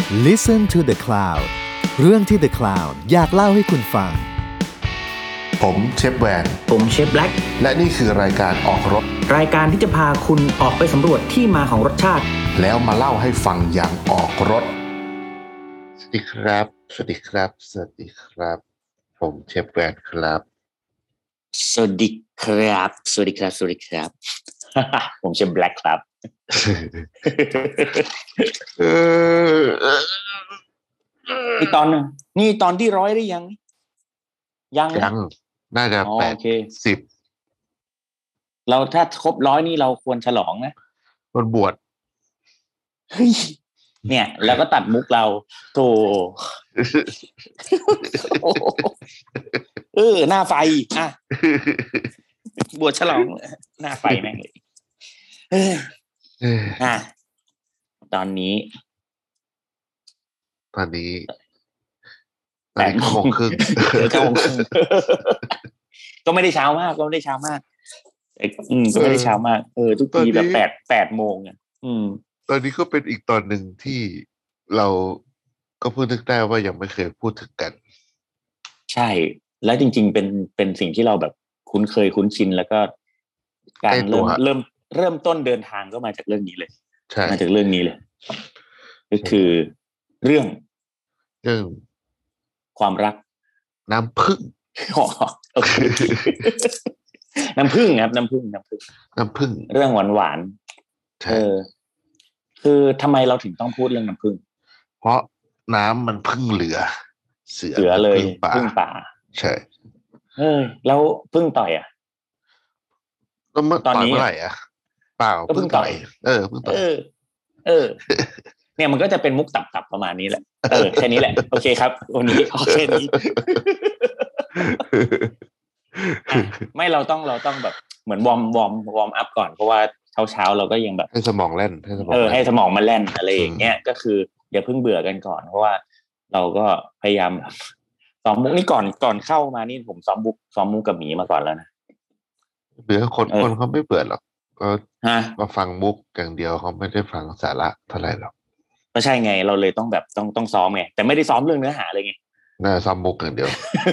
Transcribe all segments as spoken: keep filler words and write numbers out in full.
Listen to the Cloud เรื่องที่ The Cloud อยากเล่าให้คุณฟังผมเชฟแวนผมเชฟแบล็กและนี่คือรายการออกรถรายการที่จะพาคุณออกไปสำรวจที่มาของรสชาติแล้วมาเล่าให้ฟังอย่างออกรถสวัสดีครับสวัสดีครับสวัสดีครับผมเชฟแวนครับสวัสดีครับสวัสดีครับสวัสดีครับ ผมเชฟแบล็กครับนี่ตอนนี่ตอนที่ร้อยได้ยังยังยังน่าจะแปดสิบเราถ้าครบร้อยนี่เราควรฉลองนะวันบวชเนี่ยแล้วก็ตัดมุกเราโธ่เออหน้าไฟอ่ะบวชฉลองหน้าไฟแม่งเลยเอออ่ะตอนนี้ตอนนี้แปดโมงครึ่งเก้าโมงครึ่งก็ไม่ได้เช้ามากก็ไม่ได้เช้ามากอืมก็ไม่ได้เช้ามากเออทุกทีแบบแปดแปดโมงอ่ะอืมตอนนี้ก็เป็นอีกตอนหนึ่งที่เราก็เพิ่งนึกได้ว่ายังไม่เคยพูดถึงกันใช่แล้วจริงๆเป็นเป็นสิ่งที่เราแบบคุ้นเคยคุ้นชินแล้วก็การเริ่มเริ่มเริ่มต้นเดินทางก็มาจากเรื่องนี้เลยมาจากเรื่องนี้เลยก็คือเรื่องเรื่องความรักน้ำผึ้งโอเคน้ำผึ้งครับน้ำผึ้งน้ำผึ้งน้ำผึ้งเรื่องหวานๆเออคือทำไมเราถึงต้องพูดเรื่องน้ำผึ้งเพราะน้ำมันพึ่งเหลือเสือเลยพึ่งป่าใช่เออแล้วพึ่งต่อยอ่ะตอนนี้เมื่อไหร่อ่ะเปล่าพึ่งต่อยเออพึ่งต่อยเออเออเนี่ยมันก็จะเป็นมุกตับๆประมาณนี้แหละเออแค่นี้แหละโอเคครับวันนี้โอเคนี้ไม่เราต้องเราต้องแบบเหมือนวอร์มวอร์มวอร์มอัพก่อนเพราะว่าเช้าเช้าเราก็ยังแบบให้สมองเล่นให้สมองเออให้สมองมันเล่นอะไรอย่างเงี้ยก็คืออย่าเพิ่งเบื่อกันก่อนเพราะว่าเราก็พยายามซ้อมมุกนี่ก่อนก่อนเข้ามานี่ผมซ้อมมุกซ้อมมุกกับหมีมาก่อนแล้วนะเบื่อคนคนเขาไม่เบื่อหรอกก็มาฟังมุกอย่างเดียวเขาไม่ได้ฟังสาระเท่าไหร่หรอกก็ใช่ไงเราเลยต้องแบบต้องต้องซ้อมไงแต่ไม่ได้ซ้อมเรื่องเนื้อหาเลยไงน่าซ้อมมุกอย่างเดียว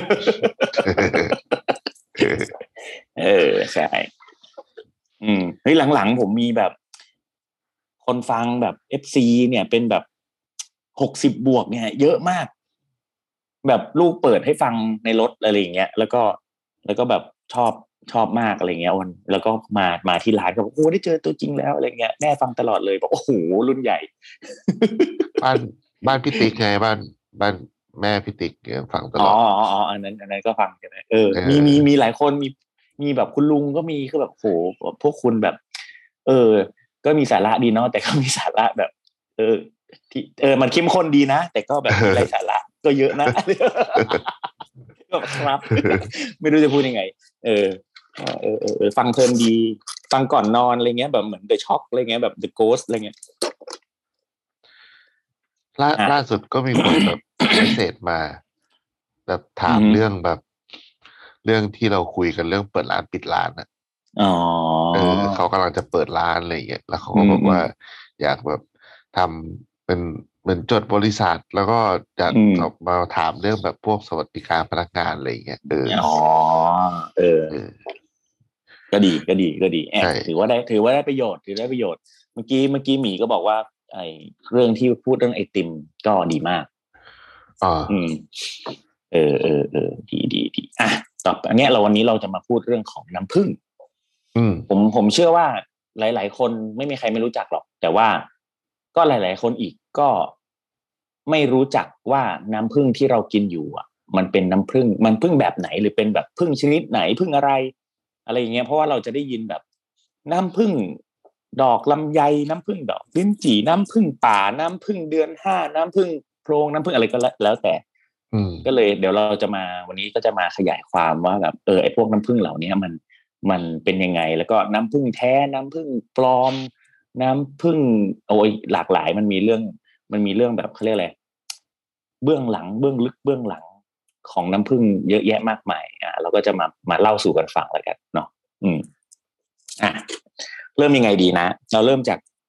เออใช่อืมเฮ้ยหลังๆผมมีแบบคนฟังแบบ เอฟ ซี เนี่ยเป็นแบบหกสิบบวกเนี่ยเยอะมากแบบลูกเปิดให้ฟังในรถอะไรอย่างเงี้ยแล้วก็แล้วก็แบบชอบชอบมากอะไรเงี้ยวันแล้วก็มามาที่ร้านก็บอกโอ้ได้เจอตัวจริงแล้วอะไรเงี้ยแม่ฟังตลอดเลยบอกโอ้โหรุ่นใหญ่บ้านบ้านพี่ติ๊กไงบ้านบ้านแม่พี่ติ๊กฟังตลอดอ๋ออ๋ออันนั้นอันนั้นก็ฟังใช่ไหมเออมีมีมีหลายคนมีมีแบบคุณลุงก็มีคือแบบโหพวกคุณแบบเออก็มีสาระดีเนาะแต่ก็มีสาระแบบเออที่เออมันเข้มข้นดีนะแต่ก็แบบมีไร้สาระก็เยอะนะก็ครับไม่รู้จะพูดยังไงเออเออเออฟังเพลินดีฟังก่อนนอนอะไรเงี้ยแบบเหมือน The Shock อะไรเงี้ยแบบ The Ghost อะไรเงี้ยล่าล่าสุดก็มีคนแบบเมสเสจมาแบบถามเรื่องแบบเรื่องที่เราคุยกันเรื่องเปิดร้านปิดร้านอ่ะอ๋อเออเขากำลังจะเปิดร้านอะไรอย่างเงี้ยแล้วเขาก็บอกว่าอยากแบบทำเป็นเหมือนจดบริษัทแล้วก็จะออกมาถามเรื่องแบบพวกสวัสดิการพนักงานอะไรอย่างเงี้ยเอออ๋อเออก็ดีก็ดีก็ดีแอบถือว่าได้ถือว่าได้ประโยชน์ถือได้ประโยชน์เมื่อกี้เมื่อกี้หมีก็บอกว่าไอ้เรื่องที่พูดเรื่องไอติมก็ดีมากอ่าอืมเออเออเออดีดีดีอ่ะต่อไปเนี้ยเราวันนี้เราจะมาพูดเรื่องของน้ำผึ้งอืมผมผมเชื่อว่าหลายๆคนไม่มีใครไม่รู้จักหรอกแต่ว่าก็หลายๆคนอีกก็ไม่รู้จักว่าน้ำผึ้งที่เรากินอยู่อ่ะมันเป็นน้ำผึ้งมันผึ้งแบบไหนหรือเป็นแบบผึ้งชนิดไหนผึ้งอะไรอะไรอย่างเงี้ยเพราะว่าเราจะได้ยินแบบน้ำผึ้งดอกลำไยน้ำผึ้งดอกลิ้นจี่น้ำผึ้งป่าน้ำผึ้งเดือนห้าน้ำผึ้งโพรงน้ำผึ้งอะไรก็แล้วแต่ก็เลยเดี๋ยวเราจะมาวันนี้ก็จะมาขยายความว่าแบบเออไอ้พวกน้ำผึ้งเหล่านี้มันมันเป็นยังไงแล้วก็น้ำผึ้งแท้น้ำผึ้งปลอมน้ำผึ้งโอ้ยหลากหลายมันมีเรื่องมันมีเรื่องแบบเขาเรียกอะไรเบื้องหลังเบื้องลึกเบื้องหลังของน้ำผึ้งเยอะแยะมากมายอ่ะเราก็จะมามาเล่าสู่กันฟังแล้วกันเนาะอืมอ่ะเริ่มยังไงดีนะเราเริ่มจาก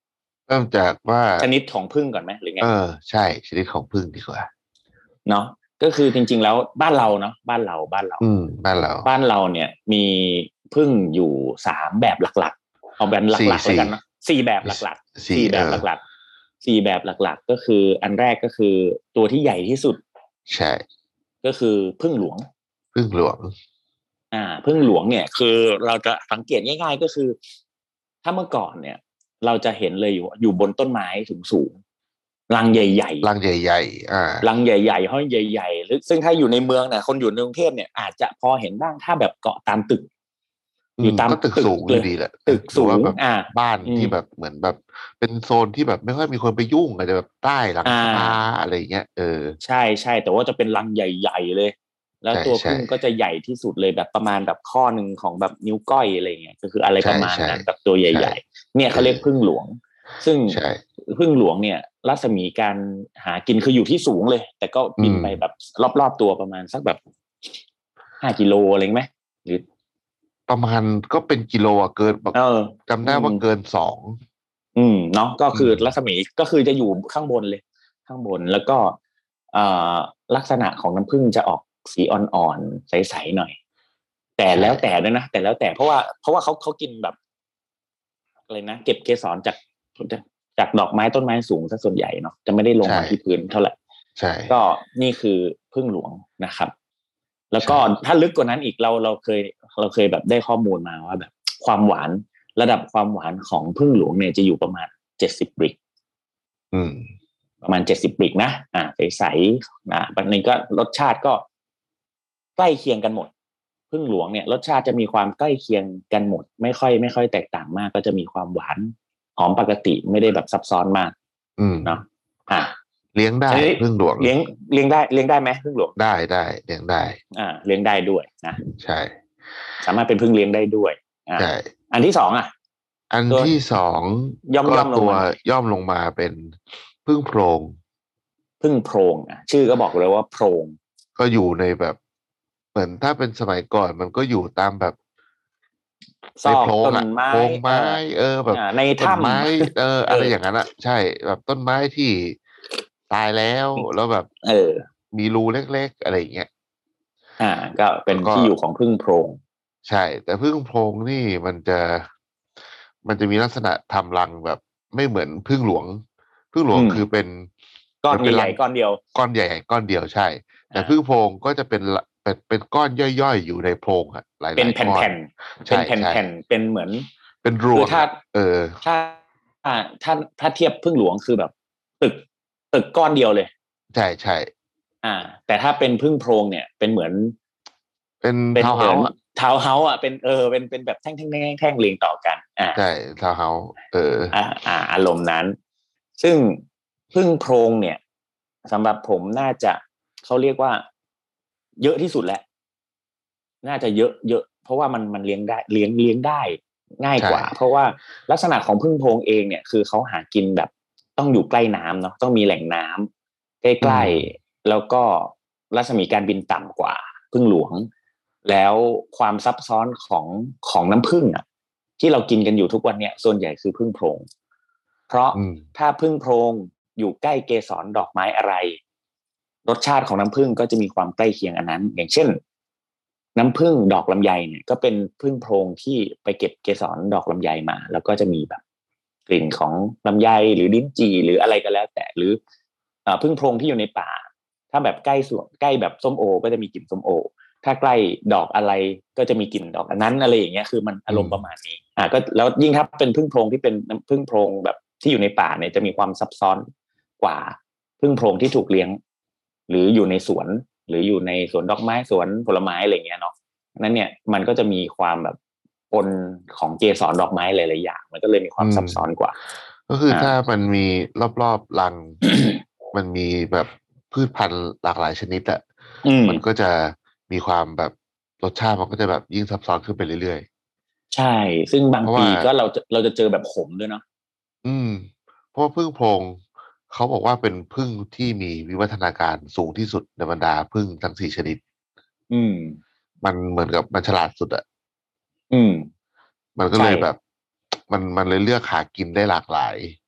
เริ่มจากว่าชนิดของผึ้งก่อนไหมหรือไงเออใช่ชนิดของผึ้งดีกว่าเนาะก็คือจริงๆแล้วบ้านเราเนาะบ้านเราบ้านเราอืมบ้านเราบ้านเราเนี่ยมีผึ้งอยู่สามแบบหลักๆเอาแบบหสี่ลักๆเลยสี่กันเนาะสี่แบบหลักๆสี่สี่แบเออบหลักๆสี่แบบหลักๆก็คืออันแรกก็คือตัวที่ใหญ่ที่สุดใช่ก็คือผึ้งหลวงผึ้งหลวงอ่าผึ้งหลวงเนี่ยคือเราจะสังเกตง่ายๆก็คือถ้าเมื่อก่อนเนี่ยเราจะเห็นเลยอยู่อยู่บนต้นไม้สูงๆรังใหญ่รังใหญ่ๆอ่าๆรังใหญ่ๆห้อยใหญ่ๆหรือซึ่งถ้าอยู่ในเมืองเนี่ยคนอยู่ในกรุงเทพเนี่ยอาจจะพอเห็นบ้างถ้าแบบเกาะตามตึกอยู่ตามอืมก็ตึกตึกสูงเลยอยู่ดีแหละตึกสูงหรือว่าแบบอ่าบ้านอืมที่แบบเหมือนแบบเป็นโซนที่แบบไม่ค่อยมีคนไปยุ่งอาจจะแบบใต้หลังอ่คาาอะไรเงี้ยเออใช่ใช่แต่ว่าจะเป็นรังใหญ่ๆเลยแล้วใช่ตัวใช่ผึ้งก็จะใหญ่ที่สุดเลยแบบประมาณแบบข้อหนึ่งของแบบนิ้วก้อยอะไรเงี้ยก็คืออะไรใช่ประมาณใช่นั้นแบบตัวใใช่หญ่ๆเนี่ยเออเขาเรียกผึ้งหลวงซึ่งใช่ผึ้งหลวงเนี่ยรัศมีการหากินคืออยู่ที่สูงเลยแต่ก็อืมบินไปแบบรอบๆตัวประมาณสักแบบห้ากิโลอะไรไหมหรือประมาณก็เป็นกิโลอะเกินแบบเออจำอืมได้ว่าเกินสองอืมเนาะก็คืออืมรัศมีก็คือจะอยู่ข้างบนเลยข้างบนแล้วก็เอ่อลักษณะของน้ำผึ้งจะออกสีอ่อนๆใสๆหน่อย แต่ใช่แล้วแต่ด้วยนะแต่แล้วแต่เพราะว่าเพราะว่าเขาเขากินแบบอะไรนะเก็บเกสรจากจากดอกไม้ต้นไม้สูงซะส่วนใหญ่เนาะจะไม่ได้ลงใช่มาที่พื้นเท่าไหร่ใช่ก็นี่คือพึ่งหลวงนะครับแล้วก็ใช่ถ้าลึกกว่านั้นอีกเราเราเคยเราเคยแบบได้ข้อมูลมาว่าแบบความหวานระดับความหวานของพึ่งหลวงเนี่ยจะอยู่ประมาณเจ็ดสิบปริกอืมประมาณเจ็ดสิบปริกนะอ่าใสๆนะแบบนี้ก็รสชาติก็ใกล้เคียงกันหมด พึ่งหลวงเนี่ยรสชาติจะมีความใกล้เคียงกันหมดไม่ค่อยไม่ค่อยแตกต่างมากก็จะมีความหวานหอมปกติไม่ได้แบบซับซ้อนมากอืมเนาะอ่าเลี้ยงได้ทีนี้ผึ้งหลวงเลี้ยงเลี้ยงได้เลี้ยงได้ไหมพึ่งหลวงได้ได้เลี้ยงได้อ่าเลี้ยงได้ด้วยนะใช่สามารถเป็นพึ่งเลี้ยงได้ด้วยอ่าใช่อันที่สองอ่ะอันตัวที่สองย่อมก็ย่อมลตัวงมาหน่อยย่อมลงมาเป็นผึ้งโพรงพึ่งโพรงอ่ะชื่อก็บอกเลยว่าโพรงก็อยู่ในแบบเหมือนถ้าเป็นสมัยก่อนมันก็อยู่ตามแบบในซอกโพรงอ่ะต้นไม้โพรงไม้เอ่อเออแบบอ่าในต้นถ้ไม้เออำเอออะไรอย่างนั้นอ่ะใช่แบบต้นไม้ที่ตายแล้วแล้วแบบเออมีรูเล็กๆอะไรอย่างเงี้ยอ่าก็เป็นแล้วก็ที่อยู่ของพึ่งโพรงใช่แต่ผึ้งโพรงนี่มันจะมันจะมีลักษณะทำรังแบบไม่เหมือนผึ้งหลวงผึ้งหลวอืมงคือเป็นก้อนใหมันเป็นรังญ่ๆก้อนเดียวก้อนใหญ่ก้อนเดียวใช่แต่ผึ้งโพอ่ารงก็จะเป็นละเป็นเป็นก้อนย่อยๆอยู่ในโพรงอ่ะหเป็นลายๆก้อนแผ่นๆเป็ใช่นใช่แผ่นๆเป็นเหมือนเป็นรคือถ้าวงอ่ะเออถ้าถ้าถ้าถ้าเทียบพึ่งหลวงคือแบบตึกตึกก้อนเดียวเลยใช่ใช่อ่าแต่ถ้าเป็นพึ่งโพรงเนี่ยเป็นเหมือนเป็นเป็นเหมือนทาวน์เฮาส์อ่ะทาวน์เฮาส์อ่ะเป็นเออเป็นเป็นแบบแท่งแท่งแท่งแท่งเรียงต่อกันอ่าใช่ทาวน์เฮาส์เอออ่าอ่าอารมณ์นั้นซึ่งพึ่งโพรงเนี่ยสำหรับผมน่าจะเขาเรียกว่าเยอะที่สุดแล้ว น่าจะเยอะเยอะเพราะว่ามันมันเลี้ยงได้เลี้ยงเลี้ยงได้ง่ายใช่กว่าเพราะว่าลักษณะของพึ่งโพรงเองเนี่ยคือเขาหากินแบบต้องอยู่ใกล้น้ำเนาะต้องมีแหล่งน้ำใกอืล้มๆแล้วก็รัศมีการบินต่ำกว่าพึ่งหลวงแล้วความซับซ้อนของของน้ำผึ้งอ่ะที่เรากินกันอยู่ทุกวันเนี่ยส่วนใหญ่คือพึ่งโพรงเพราะอืมถ้าพึ่งโพรงอยู่ใกล้เกสรดอกไม้อะไรรสชาติของน้ำผึ้งก็จะมีความใกล้เคียงอันนั้นอย่างเช่น น้ำผึ้งดอกลำไยเนี่ยก็เป็นผึ้งโพรงที่ไปเก็บเกสรดอกลำไยมาแล้วก็จะมีแบบกลิ่นของลำไยหรือลิ้นจี่หรืออะไรก็แล้วแต่หรือผึ้งโพรงที่อยู่ในป่าถ้าแบบใกล้สวนใกล้แบบส้มโอก็จะมีกลิ่นส้มโอถ้าใกล้ดอกอะไรก็จะมีกลิ่นดอกอันนั้นอะไรอย่างเงี้ยคือมันอาอืมรมณ์ประมาณนี้อ่าก็แล้วยิ่งถ้าเป็นผึ้งโพรงที่เป็นผึ้งโพรงแบบที่อยู่ในป่าเนี่ยจะมีความซับซ้อนกว่าผึ้งโพรงที่ถูกเลี้ยงหรืออยู่ในสวนหรืออยู่ในสวนดอกไม้สวนผลไม้อะไรเงี้ยเนาะ นั้นเนี่ยมันก็จะมีความแบบปนของเกสรดอกไม้หลายๆอย่างมันก็เลยมีคอืวามมซับซ้อนกว่าก็คืออ่าถ้ามันมีรอบๆรัง มันมีแบบพืชพันธุ์หลากหลายชนิดอะอืมมันก็จะมีความแบบรสชาติมันก็จะแบบยิ่งซับซ้อนขึ้นไปเรื่อยใช่ซึ่งๆบางเพราะว่าปีก็เราจะเราจะเจอแบบขมด้วยเนาะอืมเพราะว่าผึ้งโพรงเขาบอกว่าเป็นผึ้งที่มีวิวัฒนาการสูงที่สุดในบรรดาผึ้งทั้งสี่ชนิดอืมมันเหมือนกับมันฉลาดสุดอะอืมมันก็ใช่เลยแบบมันมันเลยเลือกหากินได้หลากหลาย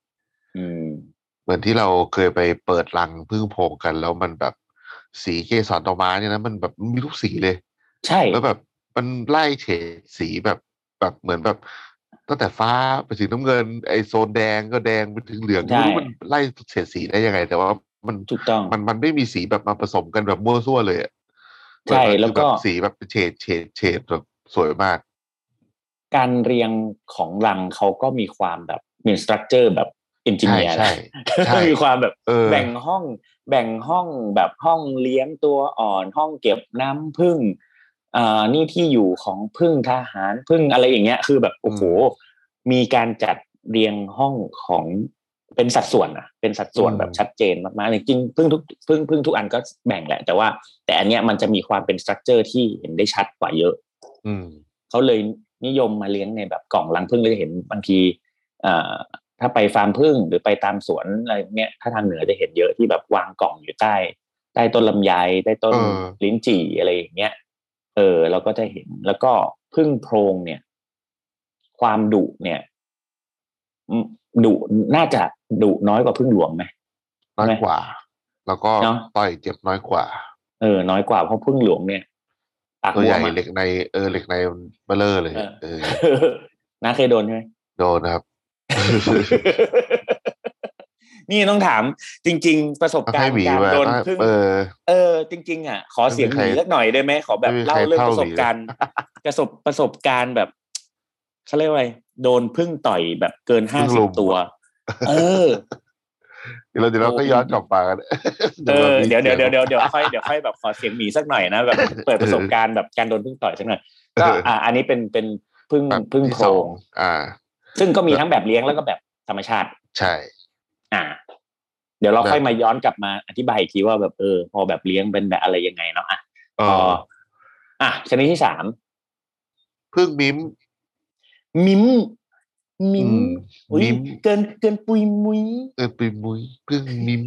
อืมเหมือนที่เราเคยไปเปิดรังผึ้งโพรงกันแล้วมันแบบสีเกสรดอกไม้เนี่ยนะมันแบบมีทุกสีเลยใช่แล้วแบบมันไล่เฉดสีแบบแบบเหมือนแบบตั้งแต่ฟ้าไปถึงน้ำเงินไอโซนแดงก็แดงไปถึงเหลืองใช่ไม่รู้มันไล่เฉดสีได้ยังไงแต่ว่ามันถูกต้องมันมันไม่มีสีแบบมาผสมกันแบบมั่วซั่วเลยอะแบใช่บมันแล้วก็คือแบบสีแบบเป็นเฉดเฉดเฉดแบบสวยมากการเรียงของรังเขาก็มีความแบบมีสตรัคเจอร์แบบเอนจิใช่เนียร์ใช่นะใช่มีความแบบเออแบ่งห้องแบ่งห้องแบบห้องเลี้ยงตัวอ่อนห้องเก็บน้ำผึ้งอ่านี่ที่อยู่ของผึ้งทหารผึ้งอะไรอย่างเงี้ยคือแบบอืโอ้โหมมีการจัดเรียงห้องของเป็นสัดส่วนอะเป็นสัดอืส่วนมแบบชัดเจนมากๆจริงๆผึ้งทุกผึ้งผึ้งทุกอันก็แบ่งแหละแต่ว่าแต่อันเนี้ยมันจะมีความเป็นสตรัคเจอร์ที่เห็นได้ชัดกว่าเยอะอืมเขาเลยนิยมมาเลี้ยงในแบบกล่องรังผึ้งเลยเห็นบางทีอ่าถ้าไปฟาร์มผึ้งหรือไปตามสวนอะไรเนี้ยถ้าทางเหนือจะเห็นเยอะที่แบบวางกล่องอยู่ใต้ใต้ต้นลำไยใต้ต้เอนอลิ้นจี่อะไรอย่างเงี้ยเออเราก็จะเห็นแล้วก็ผึ้งโพรงเนี่ยความดุเนี่ยดุน่าจะดุน้อยกว่าผึ้งหลวงไหมใช่ไหมน้อยกว่าแล้วก็เนาะต่อยเจ็บน้อยกว่าเออน้อยกว่าเพราะผึ้งหลวงเนี่ยปากตัวใหญ่บวมอ่ะเหล็กในเออเหล็กในเบลเลอร์เลยเออเออน้าเคยโดนใช่ไหมโดนนะครับนี่ต้องถามจริงๆประสบต้องการณ์ให้หมีมาการโดนต้องพึ่งเออเออจริงๆอ่ะขอไม่มีใครเสียงหมีสักหน่อยได้ไหมขอแบไม่มีใครบเล่าเรื่องเท่าประสหมีเลยบการณ์ประสบประสบการณ์แบบเขาเรียกว่าอะไรโดนพึ่งต่อยแบบเกิน ห้าเพิ่งลุมสิบตัวอ่ะเออเดี๋ยวเราเดี๋ยวโอ้เราก็ย้อนกลับมากัน เดี๋เอยวเราอมีเดี๋ยวเดี๋ยวเดี๋ยวเสียงแบบเดี๋ยวเดี๋ยวค่อยเดี๋ยวค่อยแบบขอเสียงหมีสักหน่อยนะแบบเปิดประสบการณ์แบบการโดนพึ่งต่อยสักหน่อยก็อ่าอันนี้เป็นเป็นพึ่งแบบพึ่งโพรที่สองงอ่าซึ่งก็มีแบบทั้งแบบเลี้ยงแล้วก็แบบธรรมชาติใช่อ่าเดี๋ยวเราแบบค่อยมาย้อนกลับมาอธิบายอีกทีว่าแบบเออพอแบบเลี้ยงเป็นแบบอะไรยังไงเนาะอ่ะเอพอออ่ะชนิดที่สามพึ่งมิ้มมิมมิมอืมอุ้ยมิ้มเกินเกินปุยมุยเออปีมุยพึ่งมิ้ม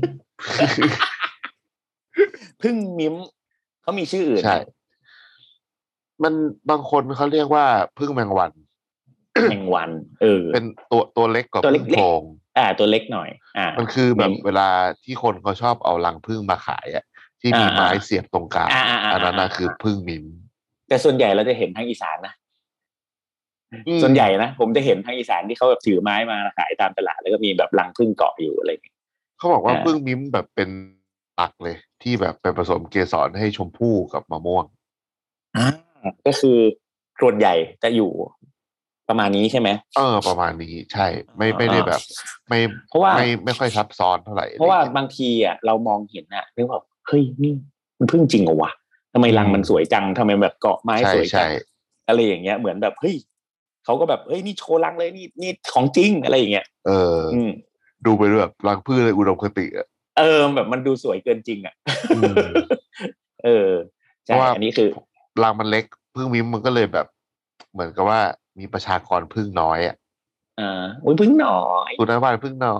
พึ่งมิมเขามีชื่ออื่นใช่ไหมมันบางคนเขาเรียกว่าพึ่งแมงวันแมงวันเออเป็นตัวตัวเล็กกว่าตัวพึ่งโพเล็กรงๆอ่าตัวเล็กหน่อยอ่ามันคือแบมิมบเวลาที่คนเขาชอบเอารังผึ้งมาขายอ่ะที่อ่าอ่ามีไม้เสียบตรงกลางอ่าอ่าอะอันอ่าอ่านั้นน่ะคืออ่าผึ้งมิ้มแต่ส่วนใหญ่เราจะเห็นทางอีสานนะอืมส่วนใหญ่นะผมจะเห็นทางอีสานที่เขาแบบถือไม้มาขายตามตลาดแล้วก็มีแบบรังผึ้งเกาะอยู่อะไรอย่างเงี้ยเขาบอกว่าอ่าผึ้งมิ้มแบบเป็นหลักเลยที่แบบเป็นผสมเกสรให้ชมพู่กับมะม่วงอ่าก็คือส่วนใหญ่จะอยู่ประมาณนี้ใช่ไหมเออประมาณนี้ใช่ไม่ไม่อ่าได้แบบไม่เพราะว่าไม่ไม่ค่อยซับซ้อนเท่าไหร่เพราะว่าอะไรเงี้ยบางทีอ่ะเรามองเห็นอ่ะเรียกว่าเฮ้ยนี่มันพึ่งจริงเหรอวะทำไมอืมรังมันสวยจังทำไมแบบเกาะไม้ใช่ใช่สวยจังอะไรอย่างเงี้ยเหมือนแบบเฮ้ยเขาก็แบบเฮ้ยนี่โชว์รังเลยนี่นี่ของจริงอะไรอย่างเงี้ยเอออืมดูไปแบบรังผึ้งในอุดมคติอ่ะเออแบบมันดูสวยเกินจริงอ่ะอืมเออใช่เพราะว่าอันนี้คือรังมันเล็กผึ้งมิ้มมันก็เลยแบบเหมือนกับว่ามีประชากรผึ้งน้อยอ่ะอ่าอุ้ยพึ่งหน่อยคุณน้ำมันพึ่งน้อย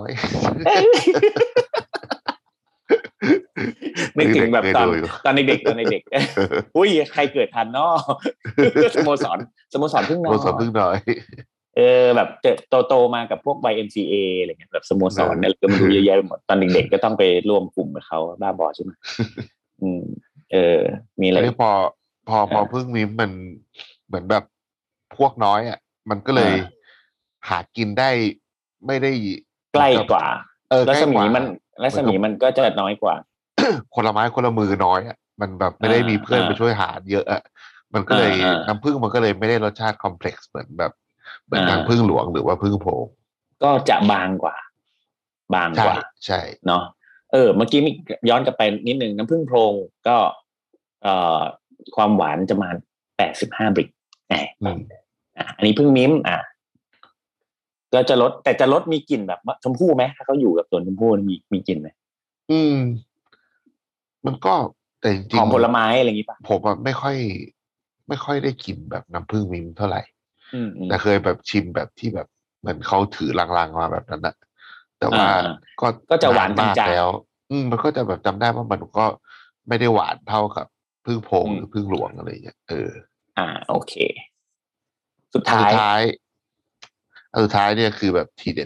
นึกถึงเด็กแบบตอนเคยดูอยู่ตอนเด็กๆตอนเด็กๆ อุ้ยใครเกิดทันเนาะสโมสรสโมสรพึ่งโมน้อสอนยพึ่งน้อยเออแบบเจอโตโตมากับพวก วาย เอ็ม ซี เอ อมซีเออะไรเงี้ยแบบสโมสเออรเนี่ยก็ไมาดูเยอะแยะไปหมดตอนเด็กๆก็ต้องไปร่วมกลุ่มกับเขาบ้าบอใช่ไหมอืมเออมีอะไรอีกอันนี้พอพอพออ่าพึ่งมิมมันเหมือนแบบพวกน้อยอ่ะมันก็เลยอ่าหากินได้ไม่ได้ใกล้เหมือนกับกว่าเออรัใกล้กว่าศมีมันรัศเหมือนกับมีมันก็จะน้อยกว่าคนละไม้คนละมือน้อยอ่ะมันแบบไม่อ่าได้มีเพื่ออ่านไปช่วยหาเยอะอ่ะมันก็อ่าเลยอ่าน้ำผึ้งมันก็เลยไม่ได้รสชาติคอมเพล็กซ์เหมือนแบบเหมือ่อนทางผึ้งหลาวงหรือว่าผึ้งโพงก็จะบางกว่าบางใช่กว่าใช่เนาะเออเมื่อกี้มีย้อนกลับไปนิดนึงน้ำผึ้งโพรงก็เอ่อความหวานจะมาแปดสิบห้าบริกแหมอืมอ่ะอันนี้ผึ้งมิ้มอ่ะก็จะลดแต่จะลดมีกลิ่นแบบชมพู่ไหมถ้าเขาอยู่กับสวนชมพู่มีมีกลิ่นไหมอืมมันก็แต่จริงหอมผลไม้อะไรอย่างนี้ป่ะๆผมอะไม่ค่อยไม่ค่อยได้กินแบบน้ำผึ้งมิมเท่าไหร่อืมอืมแต่เคยแบบชิมแบบที่แบบเหมือนเขาถือลังๆมาแบบนั้นนะแต่อ่าว่าอ่าก็ก็จะหนานวานจางมากแล้วอืมมันก็จะแบบจำได้ว่ามันก็ไม่ได้หวานเท่ากับพึ่งโพๆอืมงหรือพึ่งหลวงอะไรอย่างเงี้ยเอออ่าโอเคสุดอันสุท้ายดท้ายอันสุดท้ายเนี่ยคือแบบทีเด็ด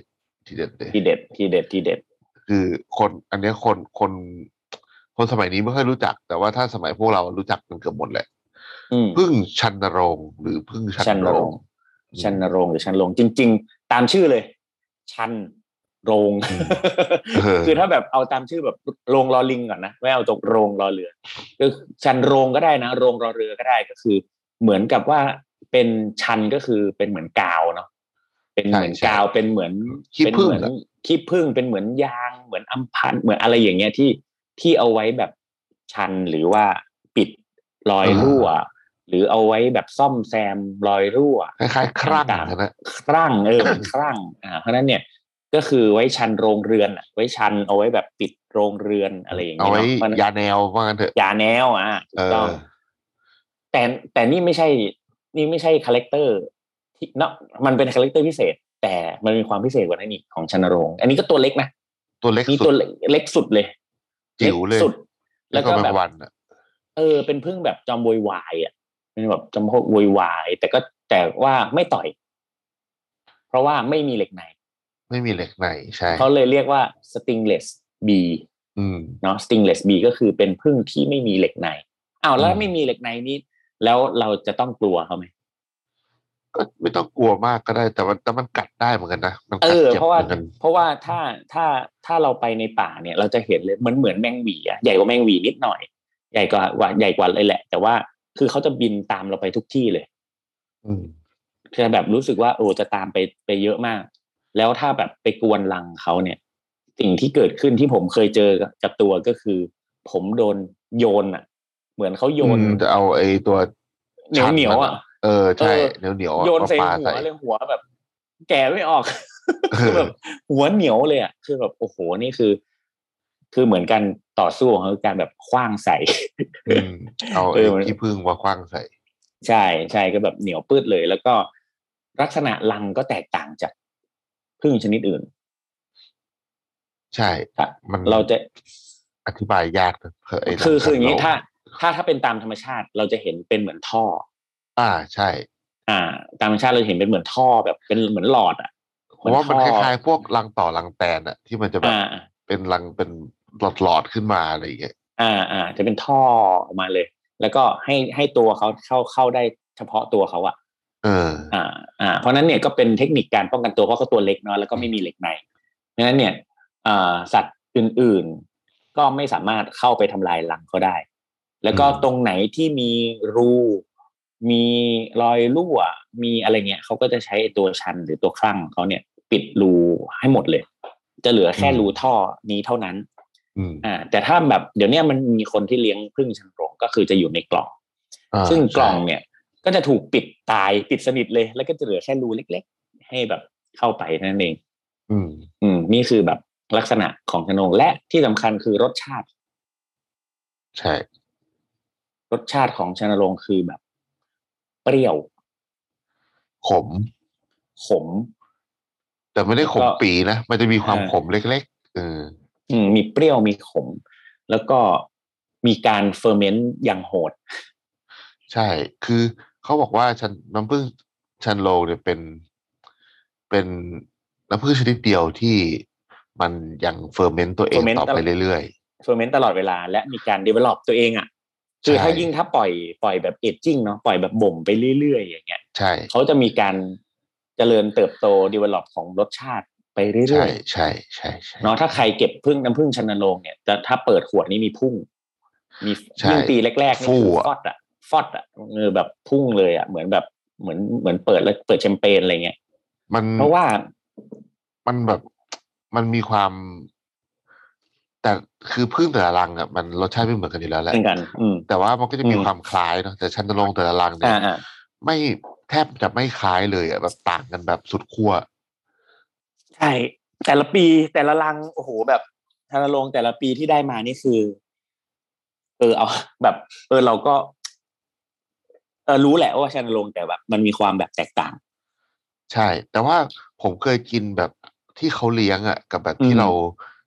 ทีเด็ดเลยทีเด็ดทีเด็ดทีเด็ดคือคนอันนี้คนคนคนสมัยนี้ไม่ค่อยรู้จักแต่ว่าถ้าสมัยพวกเรารู้จักกันเกือบหมดแหละพึ่งชันโรงหรือพึ่งชันโรงชันโรงหรือชันโรงจริงๆตามชื่อเลยชันโรงคือถ้าแบบเอาตามชื่อแบบโรงรอลิงก่อนนะไม่เอาตกโรงรอเรือคือชันโรงก็ได้นะโรงรอเรือก็ได้ก็คือเหมือนกับว่าเป็นชันก็คือเป็นเหมือนกาวเนาะเป็นเหมือนกาวเป็นเหมือนเป็นเหมือนขี้ผึ้งเป็นเหมือนยางเหมือนอัมพันเหมือนอะไรอย่างเงี้ยที่ที่เอาไว้แบบชันหรือว่าปิดรอยรั่วหรือเอาไว้แบบซ่อมแซมรอยรั่วคล้ายๆครั่งนะครั่งเออครั่งอ่าเพราะนั้นเนี่ยก็คือไว้ชันโรงเรือนอ่ะไว้ชันเอาไว้แบบปิดโรงเรือนอะไรอย่างเงี้ยเอาไว้ยาแนวว่างั้นเถอะยาแนวอ่ะถูกต้องแต่แต่นี่ไม่ใช่นี่ไม่ใช่คาแรคเตอร์ที่เนาะมันเป็นคาแรคเตอร์พิเศษแต่มันมีความพิเศษกว่านั้นอีกของชันโรงอันนี้ก็ตัวเล็กนะตัวเล็กนี่ตัวเล็กสุดเลยจิ๋วเลยสุดแล้วก็แบบวันอ่ะเออเป็นพึ่งแบบจอมโวยวายอ่ะเป็นแบบจอมโวยวายแต่ก็แต่ว่าไม่ต่อยเพราะว่าไม่มีเหล็กในไม่มีเหล็กในใช่เขาเลยเรียกว่า stingless bee อืมเนาะ stingless bee ก็คือเป็นผึ้งที่ไม่มีเหล็กในอ้าวแล้วไม่มีเหล็กในนี้แล้วเราจะต้องกลัวเขาไหมก็ไม่ต้องกลัวมากก็ได้แต่มันแต่มันกัดได้เหมือนกันนะมันกัดเจ็บเหมือนกันเพราะว่าถ้าถ้าถ้าเราไปในป่าเนี่ยเราจะเห็นเลยมันเหมือนแมงหวีอ่ะใหญ่กว่าแมงหวีนิดหน่อยใหญ่กว่าว่าใหญ่กว่าเลยแหละแต่ว่าคือเขาจะบินตามเราไปทุกที่เลยอืมคือแบบรู้สึกว่าโอ้จะตามไปไปเยอะมากแล้วถ้าแบบไปกวนรังเขาเนี่ยสิ่งที่เกิดขึ้นที่ผมเคยเจอกับตัวก็คือผมโดนโยนอ่ะเหมือนเขาโยนจะเอาไอ้ตัวเหนียวเหนียวอ่ะเออใช่เหนียวเหนียวโยนใส่หัวเลยหัวแบบแกะไม่ออกคือแบบหัวเหนียวเลยอ่ะคือแบบโอ้โหนี่คือคือเหมือนกันต่อสู้ของเขาการแบบคว้างใส่เอาไอ้ที่พึ่งมาคว้างใส่ใช่ใช่ก็แบบเหนียวปื้ดเลยแล้วก็ลักษณะรังก็แตกต่างจากพึ่งชนิดอื่นใช่มันเราจะอธิบายยากคือคืออย่างนี้ถ้าถ้าถ้าเป็นตามธรรมชาติเราจะเห็นเป็นเหมือนท่ออ่าใช่อ่าตามธรรมชาติเราเห็นเป็นเหมือนท่อแบบเป็นเหมือนหลอดอ่ะเพราะว่ามันคล้ายๆพวกรังต่อรังแตนอ่ะที่มันจะแบบเป็นรังเป็นหลอดหลอดขึ้นมาอะไรอย่างเงี้ยอ่าอ่าจะเป็นท่อออกมาเลยแล้วก็ให้ให้ตัวเขาเข้าเข้าได้เฉพาะตัวเขาอ่ะเอออ่าอ่าเพราะนั้นเนี่ยก็เป็นเทคนิคการป้องกันตัวเพราะเขาตัวเล็กเนาะแล้วก็ไม่มีเหล็กในเพราะนั้นเนี่ยอ่าสัตว์อื่นๆก็ไม่สามารถเข้าไปทำลายรังเขาได้แล้วก็ตรงไหนที่มีรูมีรอยรั่วมีอะไรเงี้ยเขาก็จะใช้ตัวชันหรือตัวคลั่งเขาเนี่ยปิดรูให้หมดเลยจะเหลือแค่รูท่อนี้เท่านั้นอ่าแต่ถ้าแบบเดี๋ยวนี้มันมีคนที่เลี้ยงผึ้งชันโรงก็คือจะอยู่ในกล่องซึ่งกล่องเนี่ยก็จะถูกปิดตายปิดสนิทเลยแล้วก็จะเหลือแค่รูเล็กๆให้แบบเข้าไปนั่นเองอืมอืมนี่คือแบบลักษณะของชันโรงและที่สำคัญคือรสชาติใช่รสชาติของชันโรงคือแบบเปรี้ยวขมขมแต่ไม่ได้ขมปีนะมันจะมีความขมเล็กๆเอออืมมีเปรี้ยวมีขมแล้วก็มีการเฟอร์เมนต์อย่างโหดใช่คือเขาบอกว่าชันน้ำผึ้งชันโลเนี่ยเป็นเป็นน้ำผึ้งชนิดเดียวที่มันยังเฟอร์เมนต์ตัวเองต่อไปเรื่อยๆเฟอร์เมนต์ตลอดเวลาและมีการ develop ตัวเองอ่ะคือถ้ายิ่งถ้าปล่อยปล่อยแบบเอจจิ้งเนาะปล่อยแบบบ่มไปเรื่อยๆอย่างเงี้ยใช่เขาจะมีการเจริญเติบโต develop ของรสชาติไปเรื่อยๆใช่ใช่ใช่เนาะถ้าใครเก็บพึ่งน้ำพึ่งชันโรงเนี่ยจะถ้าเปิดขวดนี้มีพุ่งมียิ่งปีแรกๆนี่คือฟอดอ่ะฟอดอ่ะเออแบบพุ่งเลยอ่ะเหมือนแบบเหมือนเหมือนเปิดแล้วเปิดแชมเปญอะไรเงี้ยมันเพราะว่ามันแบบมันมีความแต่คือพึ่งแต่ละรังอ่ะมันรสชาติไม่เหมือนกันอยู่แล้วแหละแต่ว่ามันก็จะมีความคล้ายเนาะแต่ชันโรงแต่ละรังเนี่ยไม่แทบจะไม่คล้ายเลยอ่ะแบบต่างกันแบบสุดขั้วใช่แต่ละปีแต่ละรังโอ้โหแบบชันโรงแต่ละปีที่ได้มานี่คือเออเอาแบบเออเราก็เออรู้แหละว่าชันโรงแต่แบบมันมีความแบบแตกต่างใช่แต่ว่าผมเคยกินแบบที่เขาเลี้ยงอ่ะกับแบบที่เรา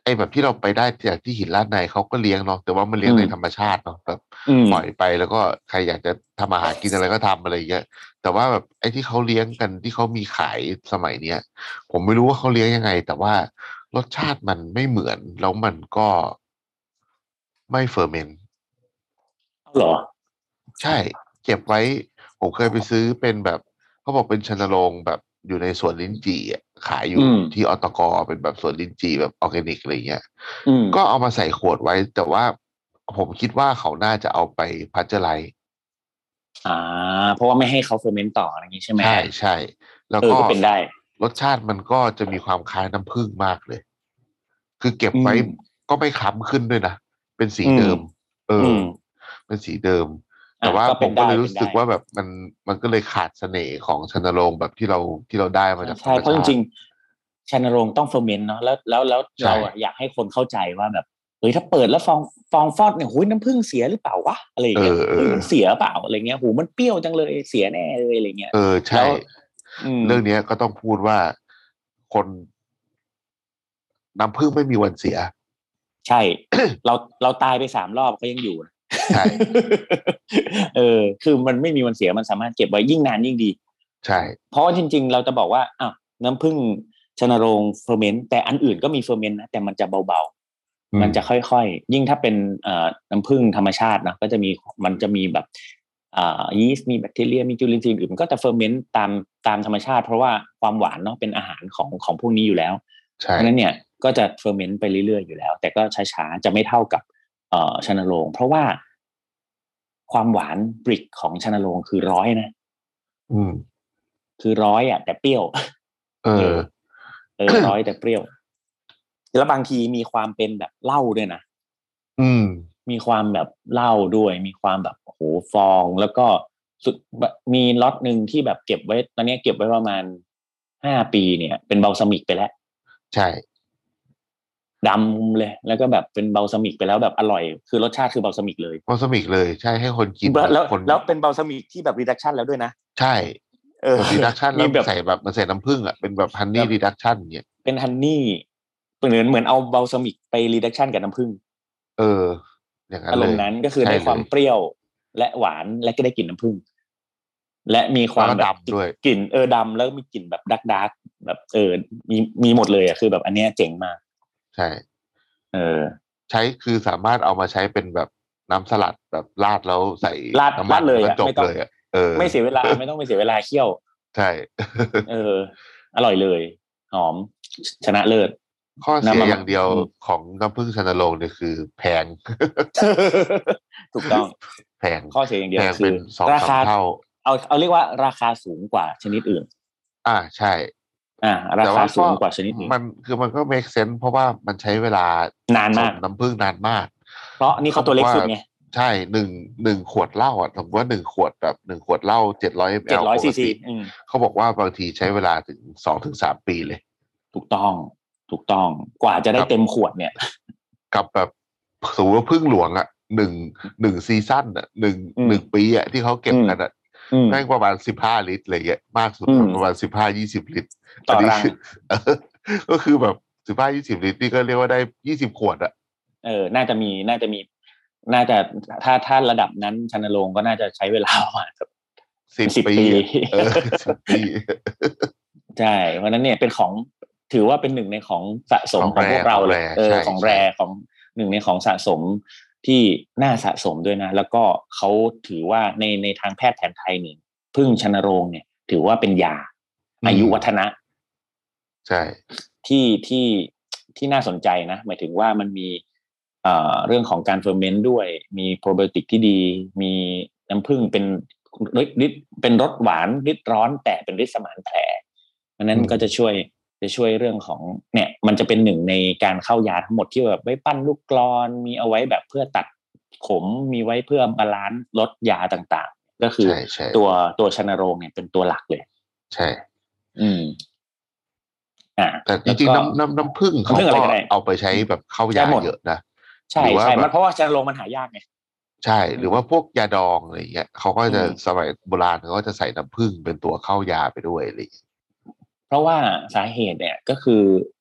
ไอ้แบบที่เราไปได้จากที่หินลาดในเขาก็เลี้ยงเนาะแต่ว่ามันเลี้ยงในธรรมชาติเนาะแบบปล่อยไปแล้วก็ใครอยากจะทำอาหารกินอะไรก็ทำอะไรอย่างเงี้ยแต่ว่าแบบไอ้ที่เขาเลี้ยงกันที่เขามีขายสมัยเนี้ยผมไม่รู้ว่าเขาเลี้ยงยังไงแต่ว่ารสชาติมันไม่เหมือนแล้วมันก็ไม่เฟอร์เมนต์เหรอใช่เก็บไว้ผมเคยไปซื้อเป็นแบบเขาบอกเป็นชนโรงแบบอยู่ในสวนลิ้นจี่อะขายอยู่ที่อตกเป็นแบบสวนลิ้นจี่แบบออร์แกนิกอะไรเงี้ยก็เอามาใส่ขวดไว้แต่ว่าผมคิดว่าเขาน่าจะเอาไปพัชเจอร์ไลซ์อ่าเพราะว่าไม่ให้เขาเฟอร์เมนต์ต่ออะไรอย่างนี้ใช่ไหมใช่ใช่แล้วเออก็ก็เป็นได้รสชาติมันก็จะมีความคล้ายน้ำผึ้งมากเลยคือเก็บอืไว้มก็ไม่คล้ำขึ้นด้วยนะเป็นสีอืมเดิมเออือมเป็นสีเดิมแต่อ่ะว่าก็เป็นได้ผมก็เลยรู้เป็นได้สึกว่าแบบมันมันก็เลยขาดเสน่ห์ของชนโรงแบบที่เราที่เราได้มาใช่จากธรใช่เพราะจริรมชาติงๆชันโรงต้องเฟอร์เมนต์เนาะแล้วแล้วแล้วใช่เราอะอยากให้คนเข้าใจว่าแบบเฮ้ยถ้าเปิดแล้วฟองฟองฟอดเนี่ยหุยน้ำผึ้งเสียหรือเปล่าวะอะไรอเอย่างเงี้ยอเออเฮ้ยมันเสียเปล่าอะไรเงี้ยหูมันเปรี้ยวจังเลยเสียแน่เลยอะไรเงี้ยเออใช่แล้วอืมเรื่องนี้ก็ต้องพูดว่าคนน้ำผึ้งไม่มีวันเสียใช่เราเราตายไปสามรอบก็ยังอยู่นะใช่เออคือมันไม่มีวันเสียมันสามารถเก็บไว้ยิ่งนานยิ่งดีใช่เพราะว่าจริงๆเราจะบอกว่าอ้าวน้ำผึ้งชนโรงเฟอร์เมนต์แต่อันอื่นก็มีเฟอร์เมนต์นะแต่มันจะเบาๆมันจะค่อยๆยิ่งถ้าเป็นเอ่อน้ำผึ้งธรรมชาตินะก็จะมีมันจะมีแบบอ่ายีสต์มีแบคทีเรียมีจุลินทรีย์อื่นมันก็จะเฟอร์เมนต์ตามตามธรรมชาติเพราะว่าความหวานเนาะเป็นอาหารของของพวกนี้อยู่แล้วเพใช่ราะนั้นเนี่ยก็จะเฟอร์เมนต์ไปเรื่อยๆอยู่แล้วแต่ก็ช้าๆจะไม่เท่ากับเอ่อชนโรงเพราะว่าความหวานบริกของชนโรงคือร้อยนะอืมคือร้อยอ่ะแต่เปรี้ยวเอเอออเออร้อยแต่เปรี้ยวแล้วบางทีมีความเป็นแบบเหล้าด้วยนะอืมมีความแบบเหล้าด้วยมีความแบบโอ้โหฟองแล้วก็สุดมีล็อตหนึ่งที่แบบเก็บไว้ตอนนี้เก็บไว้ประมาณห้าปีเนี่ยเป็นเบลซามิกไปแล้วใช่ดำเลยแล้วก็แบบเป็นเบลซามิกไปแล้วแบบอร่อยคือรสชาติคือเบลซามิกเลยวาซาบิเลยใช่ให้คนกินแบบแล้วคนแล้วเป็นเบลซามิกที่แบบรีดักชันแล้วด้วยนะใช่เออแบบรีดักชันมีแล้วแบบใส่แบบมันใส่น้ำผึ้งอ่ะเป็นแบบฮันแบบนี่รีดักชันเนี่ยเป็นฮันนี่เหมือนเหมือนเอาเบลซามิกไปรีดักชันกับน้ำผึ้งเอออย่างนั้อารมนเลยณ์นั้นก็คือใช่ได้ความเลยเปรี้ยวและหวานและก็ได้กลิ่นน้ำผึ้งและมีคแล้วก็วามแบบดำด้วยกลิ่นเออดำแล้วมีกลิ่นแบบดักดักแบบเออมีมีหมดเลยอ่ะคือแบบอันเนี้ยเจ๋งมากใช่เออใช้คือสามารถเอามาใช้เป็นแบบน้ำสลัดแบบราดแล้วใส่ลาดน้ำมันลาดเลยแล้วก็จบอ่ะไม่ต้องเลยอ่ะเออไม่เสียเวลาไม่ต้องไปเสียเวลาเคี่ยวใช่เอออร่อยเลยหอมชนะเลิศข้อเสียน้ำมันอย่างเดียวอืมของน้ำผึ้งชนโรงเนี่ยคือแพงถูกต้องแพงข้อเสียอย่างเดีแพยวคืองเป็นสองราคาสามเท่าเอาเอาเรียกว่าราคาสูงกว่าชนิดอื่นอ่าใช่อ่าราคาแต่ว่าก็สูงกว่าชนิดอื่นมันคือมันก็ make sense เพราะว่ามันใช้เวลาสะสมนานมากน้ำผึ้งนานมากเพราะนี่เขาตัวเขาบอกว่าเล็กสุดไงใช่หนึ่งหนึ่งขวดเหล้าอ่ะสมมติว่าหนึ่งขวดแบบหนึ่งขวดเหล้าเจ็ดร้อยมเจ็ดลร้อยซีซีปกติอืมเขาบอกว่าบางทีใช้เวลาถึงสองถึงสามปีเลยถูกต้องถูกต้องกว่าจะได้กับเต็มขวดเนี่ยกับแบบสมมติว่าผึ้งหลวงอ่ะหนึ่งหนึ่งซีซั่นอ่ะหนึ่งอืมหนึ่งปีอ่ะที่เขาเก็อืมบกันอ่ะอืมแม่งประมาณสิบห้าลิตรอะไรเงี้ยมากสุดอืมประมาณสิบห้ายี่สิบลิตรอัต่อรังนนี้คือเออก็คือแบบสิบห้ายี่สิบลิตรนี่ก็เรียกว่าได้ยี่สิบขวดอ่ะเออน่าจะมีน่าจะมีน่าจะถ้าถ้าระดับนั้นชันโรงก็น่าจะใช้เวลาประมาณสิบสิบปีปีอ่ะเออสิบปีใช่เพราะนั้นเนี่ยเป็นของถือว่าเป็นหนึ่งในของสะสของแรมของพวกเราของแรเลยเออใช่ของแรใช่ของหนึ่งในของสะสมที่น่าสะสมด้วยนะแล้วก็เขาถือว่าในในทางแพทย์แผนไทยเนี่ยพึ่งชันโรงเนี่ยถือว่าเป็นยาอือายุมวัฒนะใช่ที่ที่ที่น่าสนใจนะหมายถึงว่ามันมีเอ่อเรื่องของการเฟอร์เมนต์ด้วยมีโปรไบโอติกที่ดีมีน้ำผึ้งเป็นฤทธิ์เป็นรสหวานฤทธิ์ร้อนแต่เป็นฤทธิ์สมานแผลเพราะนั้นก็จะช่วยจะช่วยเรื่องของเนี่ยมันจะเป็นหนึ่งในการเข้ายาทั้งหมดที่แบบไว้ปั้นลูกกลอนมีเอาไว้แบบเพื่อตัดขมมีไว้เพื่อบาลานซ์ลดยาต่างๆก็คือใช่ใช่ตัวตัวชนโรงเนี่ยเป็นตัวหลักเลยใช่อืมอ่าแต่จแล้วก็ริงๆน้ำน้ำน้ำผึ้งเขาก็น้ำผึ้งอะไรก็ได้เอาไปใช้แบบเข้ายาได้หมดเยอะนะใช่หรือว่าใช่แบบมันเพราะว่าชนโรงมันหายากไงใช่หอืมรือว่าพวกยาดองอะไรเงี้ยเขาก็จะอืมสมัยโบราณเขาก็จะใส่น้ำผึ้งเป็นตัวเข้ายาไปด้วยอะไรอย่างเงี้ยเพราะว่าสาเหตุเนี่ยก็คือ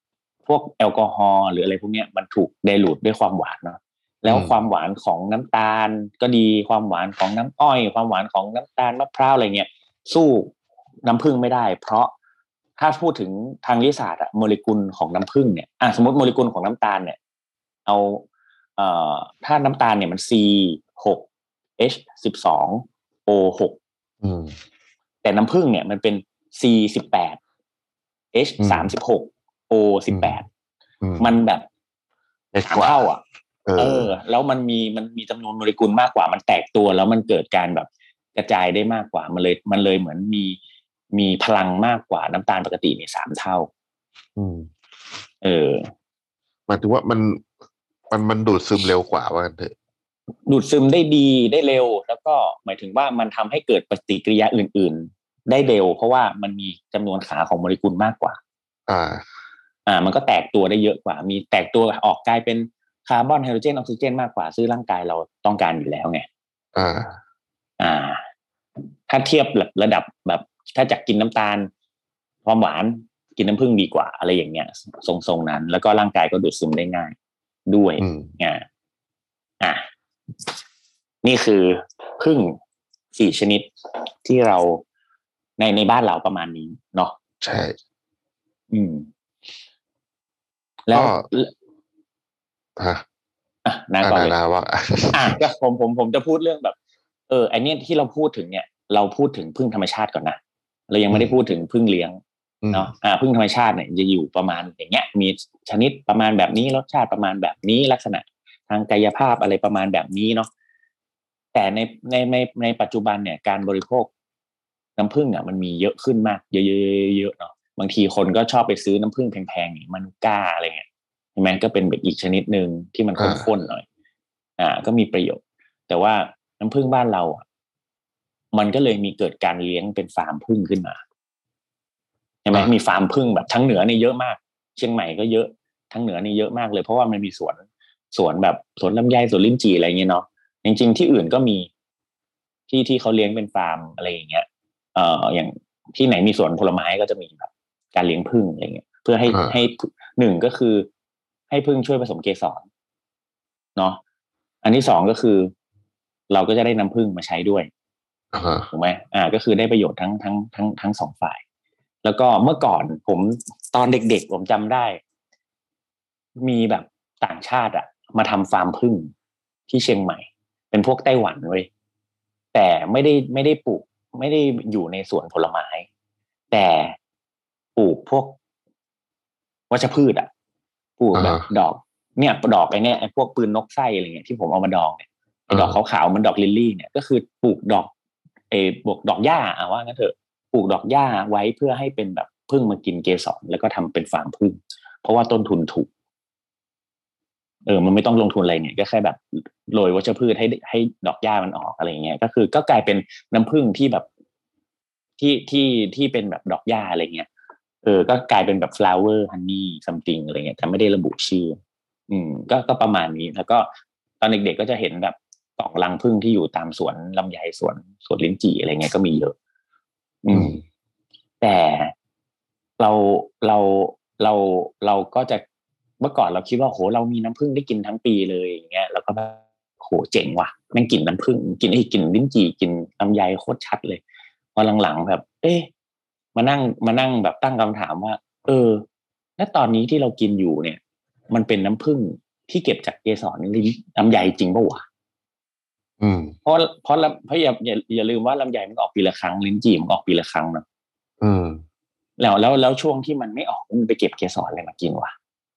พวกแอลกอฮอล์หรืออะไรพวกเนี้ยมันถูกไดลูทด้วยความหวานเนาะแล้วความหวานของน้ำตาลก็ดีความหวานของน้ำอ้อยความหวานของน้ำตาลมะพร้าวอะไรเงี้ยสู้น้ำผึ้งไม่ได้เพราะถ้าพูดถึงทางวิทยาศาสตร์อะโมเลกุลของน้ำผึ้งเนี่ยอ่ะสมมติโมเลกุลของน้ำตาลเนี่ยเอาเอ่อถ้าน้ำตาลเนี่ยมัน ซี หก เอช สิบสอง โอ หกอืมแต่น้ำผึ้งเนี่ยมันเป็น ซี สิบแปด เอช สามสิบหก โอ สิบแปดมันแบบสามเท่าอ่ะเออ เออแล้วมันมีมันมีจำนวนโมเลกุลมากกว่ามันแตกตัวแล้วมันเกิดการแบบกระจายได้มากกว่ามันเลยมันเลยเหมือนมีมีพลังมากกว่าน้ำตาลปกติในสามเท่าอืมเออหมายถึงว่ามันมันมันดูดซึมเร็วกว่าว่ากันเถอะดูดซึมได้ดีได้เร็วแล้วก็หมายถึงว่ามันทำให้เกิดปฏิกิริยาอื่นๆได้เร็วเพราะว่ามันมีจำนวนขาของโมเลกุลมากกว่าอ่าอ่ามันก็แตกตัวได้เยอะกว่ามีแตกตัวออกกลายเป็นคาร์บอนไฮโดรเจนออกซิเจนมากกว่าซึ่งร่างกายเราต้องการอยู่แล้วไงอ่าอ่าถ้าเทียบระดับแบบถ้าจากกินน้ำตาลความหวานกินน้ำผึ้งดีกว่าอะไรอย่างเงี้ยทรงๆนั้นแล้วก็ร่างกายก็ดูดซึมได้ง่ายด้วยอ่าอ่านี่คือผึ้งสี่ชนิดที่เราในในบ้านเราประมาณนี้เนาะใช่อืมแล้วฮะอ่ะนาก่อนเลยนาว่าอ่ะก็ผมผมผมจะพูดเรื่องแบบเออไอเนี้ยที่เราพูดถึงเนี่ยเราพูดถึงผึ้งธรรมชาติก่อนนะเรายังไม่ได้พูดถึงผึ้งเลี้ยงเนาะอ่าผึ้งธรรมชาติเนี่ยจะอยู่ประมาณอย่างเงี้ยมีชนิดประมาณแบบนี้รสชาติประมาณแบบนี้ลักษณะทางกายภาพอะไรประมาณแบบนี้เนาะแต่ในในในในปัจจุบันเนี่ยการบริโภคน้ำผึ้งอ่ะมันมีเยอะขึ้นมากเยอะๆๆเนาะบางทีคนก็ชอบไปซื้อน้ำผึ้งแพงๆอย่างมานูก้าอะไรเงี้ยมันก็เป็นแบบอีกชนิดนึงที่มันข้นๆหน่อยอ่าก็มีประโยชน์แต่ว่าน้ำผึ้งบ้านเราอ่ะมันก็เลยมีเกิดการเลี้ยงเป็นฟาร์มผึ้งขึ้นมาใช่ไหมมีฟาร์มผึ้งแบบทั้งเหนือนี่เยอะมากเชียงใหม่ก็เยอะทั้งเหนือนี่เยอะมากเลยเพราะว่ามันมีสวนสวนแบบสวนลำไยสวนลิ้นจี่อะไรเงี้ยเนาะจริงๆที่อื่นก็มีที่ที่เขาเลี้ยงเป็นฟาร์มอะไรอย่างเงี้ยเอ่ออย่างที่ไหนมีสวนผลไม้ก็จะมีแบบการเลี้ยงผึ้งอะไรเงี้ยเพื่อให้ให้หนึ่งก็คือให้ผึ้งช่วยผสมเกสรเนาะอันที่สองก็คือเราก็จะได้น้ำผึ้งมาใช้ด้วยถูกไหมอ่าก็คือได้ประโยชน์ทั้งทั้งทั้งทั้งสองฝ่ายแล้วก็เมื่อก่อนผมตอนเด็กๆผมจำได้มีแบบต่างชาติอะมาทำฟาร์มผึ้งที่เชียงใหม่เป็นพวกไต้หวันเว้ยแต่ไม่ได้ไม่ได้ปลูกไม่ได้อยู่ในสวนผลไม้แต่ปลูกพวกวัชพืชอะปลูกแบบดอกเนี่ยดอกไอ้เนี่ยไอ้พวกปืนนกไส้อะไรเงี้ยที่ผมเอามาดองเนี่ยไอ้ดอกขาวๆมันดอกลิลลี่เนี่ยก็คือปลูกดอกไอ้บวกดอกหญ้าอ่ะว่างั้นเถอะปลูกดอกหญ้าไว้เพื่อให้เป็นแบบผึ้งมากินเกสรแล้วก็ทำเป็นฟาร์มผึ้งเพราะว่าต้นทุนถูกเออมันไม่ต้องลงทุนอะไรเนี่ยก็แค่แบบโรยวัชพืชให้ให้ดอกหญ้ามันออกอะไรเงี้ยก็คือก็กลายเป็นน้ำผึ้งที่แบบที่ที่ที่เป็นแบบดอกหญ้าอะไรเงี้ยเออก็กลายเป็นแบบ flower honey something อะไรเงี้ยแต่ไม่ได้ระบุชื่ออืมก็ก็ประมาณนี้แล้วก็ตอนเด็กๆก็จะเห็นแบบกล่องรังผึ้งที่อยู่ตามสวนลำไยสวนสวนลิ้นจี่อะไรเงี้ยก็มีเยอะอืมแต่เราเราเราเราก็จะเมื่อก่อนเราคิดว่าโหเรามีน้ำผึ้งได้กินทั้งปีเลยอย่างเงี้ยแล้วก็แบบโหเจ๋งว่ะแม่งกินน้ำผึ้งกินไอ้กินลิ้นจี่กินลำไยโคตรชัดเลยพอหลังๆแบบเอ๊ะมานั่งมานั่งแบบตั้งคำถามว่าเออแล้วตอนนี้ที่เรากินอยู่เนี่ยมันเป็นน้ำผึ้งที่เก็บจากเกสรลิ้นลำไยจริงป่ะวะอืมเพราะเพราะเพราะอย่าอย่าอย่าลืมว่าลำไยมันออกปีละครั้งลิ้นจี่มันออกปีละครั้งเนาะอืมแล้วแล้วแล้วช่วงที่มันไม่ออกมันไปเก็บเกสรอะไรมากินวะ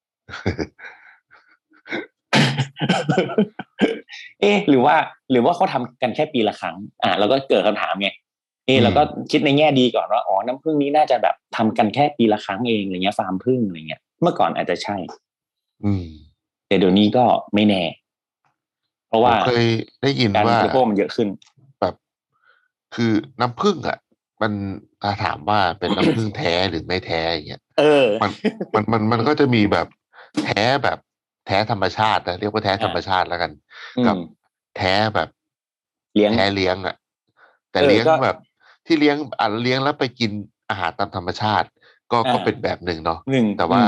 เอ๊ะหรือว่าหรือว่าเขาทำกันแค่ปีละครั้งอ่าแล้วก็เกิดคำถามไงเอ๊ะแล้วก็คิดในแง่ดีก่อนว่าอ๋อน้ำผึ้งนี้น่าจะแบบทำกันแค่ปีละครั้งเองอะไรเงี้ยฟาร์มผึ้งอะไรเงี้ยเมื่อก่อนอาจจะใช่อืมแต่เดี๋ยวนี้ก็ไม่แน่เพราะว่าเคยได้ยินว่าการบริโภคมันเยอะขึ้นแบบคือน้ำผึ้งอ่ะมันถ้าถามว่าเป็นน้ำผึ้งแท้หรือไม่แท้อย่างเงี้ยเออมันมันมันมันก็จะมีแบบแท้แบบแท้ธรรมชาตินะเรียกว่าแท้ธรรมชาติแล้วกันกับแท้แบบเลี้ยงแท้เลี้ยงอ่ะแต่เลี้ยงแบบที่เลี้ยงอ่ะเลี้ยงแล้วไปกินอาหารตามธรรมชาติก็ก็เป็นแบบหนึ่งเนาะแต่ว่า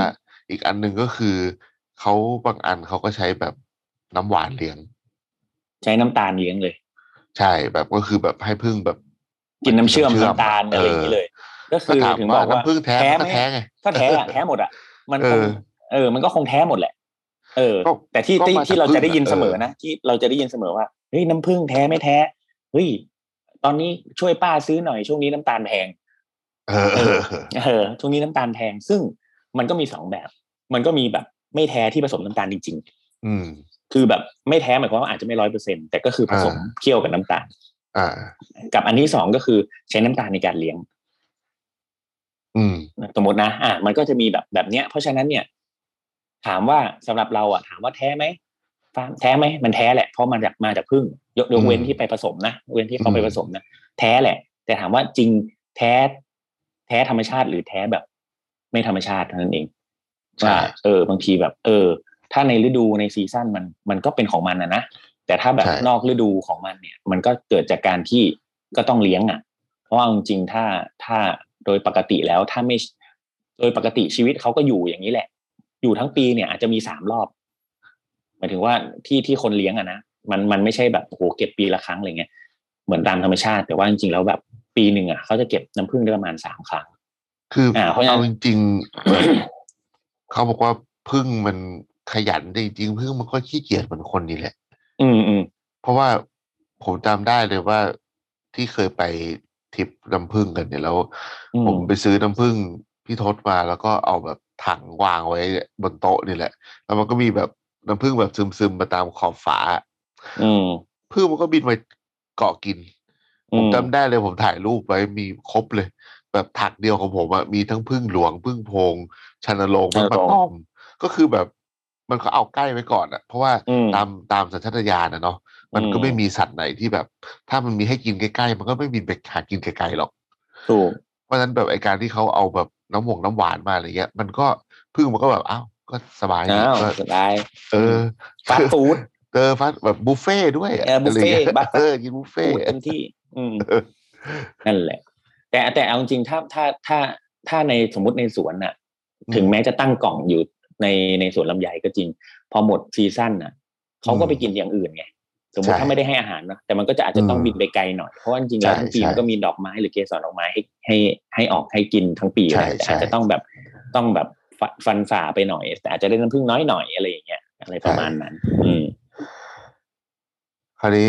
อีกอันหนึ่งก็คือเขาบางอันเขาก็ใช้แบบน้ำหวานเลี้ยงใช้น้ำตาลเลี้ยงเลยใช่แบบก็คือแบบให้ผึ้งแบบกินน้ำเชื่อมน้ำตาลเออะไรอย่างนี้เลยก็ก็คือถามว่าถึงบอกว่าน้ำผึ้งแท้แท้ไหมมันก็แท้ไงถ้าแท้อะแท้หมดอะมันคงเออเออมันก็คงแท้หมดแหละเออก็แต่ที่ก็ที่มาจากที่เราจะได้ยินเสมอผึ้งอะเออนะที่เราจะได้ยินเสมอว่าเฮ้ยน้ำผึ้งแท้ไม่แท้เฮ้ยตอนนี้ช่วยป้าซื้อหน่อยช่วงนี้น้ำตาลแพงเออเออเออช่วงนี้น้ำตาลแพงซึ่งมันก็มีสองแบบมันก็มีแบบไม่แท้ที่ผสมน้ำตาลจริงอืมๆคือแบบไม่แท้หมายความว่าอาจจะไม่ร้อยเปอร์เซ็นต์แต่ก็คือผสมอ่าเคี่ยวกับน้ำตาลอ่ากับอันที่สองก็คือใช้น้ำตาลในการเลี้ยงอืมสมมตินะอ่ะมันก็จะมีแบบแบบเนี้ยเพราะฉะนั้นเนี่ยถามว่าสำหรับเราอ่ะถามว่าแท้ไหมฟาร์มแท้ไหมมันแท้แหละเพราะมาจากมาจากผึ้งยกยกเว้นที่ไปผสมนะเว้นที่เขาไปผสมนะแท้แหละแต่ถามว่าจริงแท้แท้ธรรมชาติหรือแท้แบบไม่ธรรมชาติเท่านั้นเองว่าเออบางทีแบบเออถ้าในฤดูในซีซั่นมันมันก็เป็นของมันนะนะแต่ถ้าแบบนอกฤดูของมันเนี่ยมันก็เกิดจากการที่ก็ต้องเลี้ยงอ่ะเพราะว่าจริงๆถ้าถ้าโดยปกติแล้วถ้าไม่โดยปกติชีวิตเขาก็อยู่อย่างนี้แหละอยู่ทั้งปีเนี่ยอาจจะมีสามรอบหมายถึงว่าที่ที่คนเลี้ยงอะนะมันมันไม่ใช่แบบโอ้โหเก็บปีละครั้งอะไรเงี้ยเหมือนตามธรรมชาติแต่ว่าจริงๆแล้วแบบปีหนึ่งอะเขาจะเก็บน้ำผึ้งได้ประมาณสามครั้งคืออ่าเพราะฉะเอานั้นจริงๆแบบเขาบอกว่าผึ้งมันขยันจริงๆผึ้งมันก็ขี้เกียจเหมือนคนนี่แหละอืมอืมเพราะว่าผมจำได้เลยว่าที่เคยไปทริปน้ำผึ้งกันเนี่ยแล้วอืมผมไปซื้อน้ำผึ้งพี่ทศมาแล้วก็เอาแบบถังวางไว้บนโต๊ะนี่แหละแล้วมันก็มีแบบน้ำผึ้งแบบซึมๆมาตามขอบฝาอืมผึ้งมันก็บินมาเกาะกินอืมผมจำได้เลยผมถ่ายรูปไว้มีครบเลยแบบถักเดียวของผมอะมีทั้งผึ้งหลวงผึ้งโพงชันโรงแมงตรงปะตอมก็คือแบบมันก็เอาใกล้ไว้ก่อนอะเพราะว่าอืมตามตามสัญชาตญาณนะเนาะอืมันก็ไม่มีมสัตว์ไหนที่แบบถ้ามันมีให้กินใกล้ๆมันก็ไม่บินไปหากินไกลๆหรอกถูกเพราะฉะนั้นแบบไอการที่เขาเอาแบบน้ำหวงน้ำหวานมาอะไรเงี้ยมันก็พึ่งมันก็แบบอ้าวก็สบายดีอ้าวก็สบายเอออืมฟาสต์ฟู้ดเออฟาสแบบบุฟเฟ่ด้วยอะเออบุฟเฟ่อะไรเงี้ยบัฟเออกินบุฟเฟ่ฟู้ดเต็มที่อืมนั่นแหละแต่แต่เอาจริงถ้าถ้าถ้าถ้าในสมมติในสวนน่ะอืมถึงแม้จะตั้งกล่องอยู่ในในสวนลำไยก็จริงพอหมดซีซั่นน่ะเขาก็ไปกินอย่างอื่นไงสมมติใช่ถ้าไม่ได้ให้อาหารเนาะแต่มันก็จะอาจอืมจะต้องบินไปไกลหน่อยเพราะว่าจริงๆแล้ใช่วทั้งปีใช่มันก็มีดอกไม้หรือเกสรดอกไม้ให้ให้ให้ออกให้กินทั้งปีอยู่ใช่แล้วแต่อาใช่จจะต้องแบบต้องแบบฟฟันฝ่าไปหน่อยแต่อาจจะได้น้ำผึ้งน้อยหน่อยอะไรอย่างเงี้ยอะไรประใช่มาณนั้นอืมคราวนี้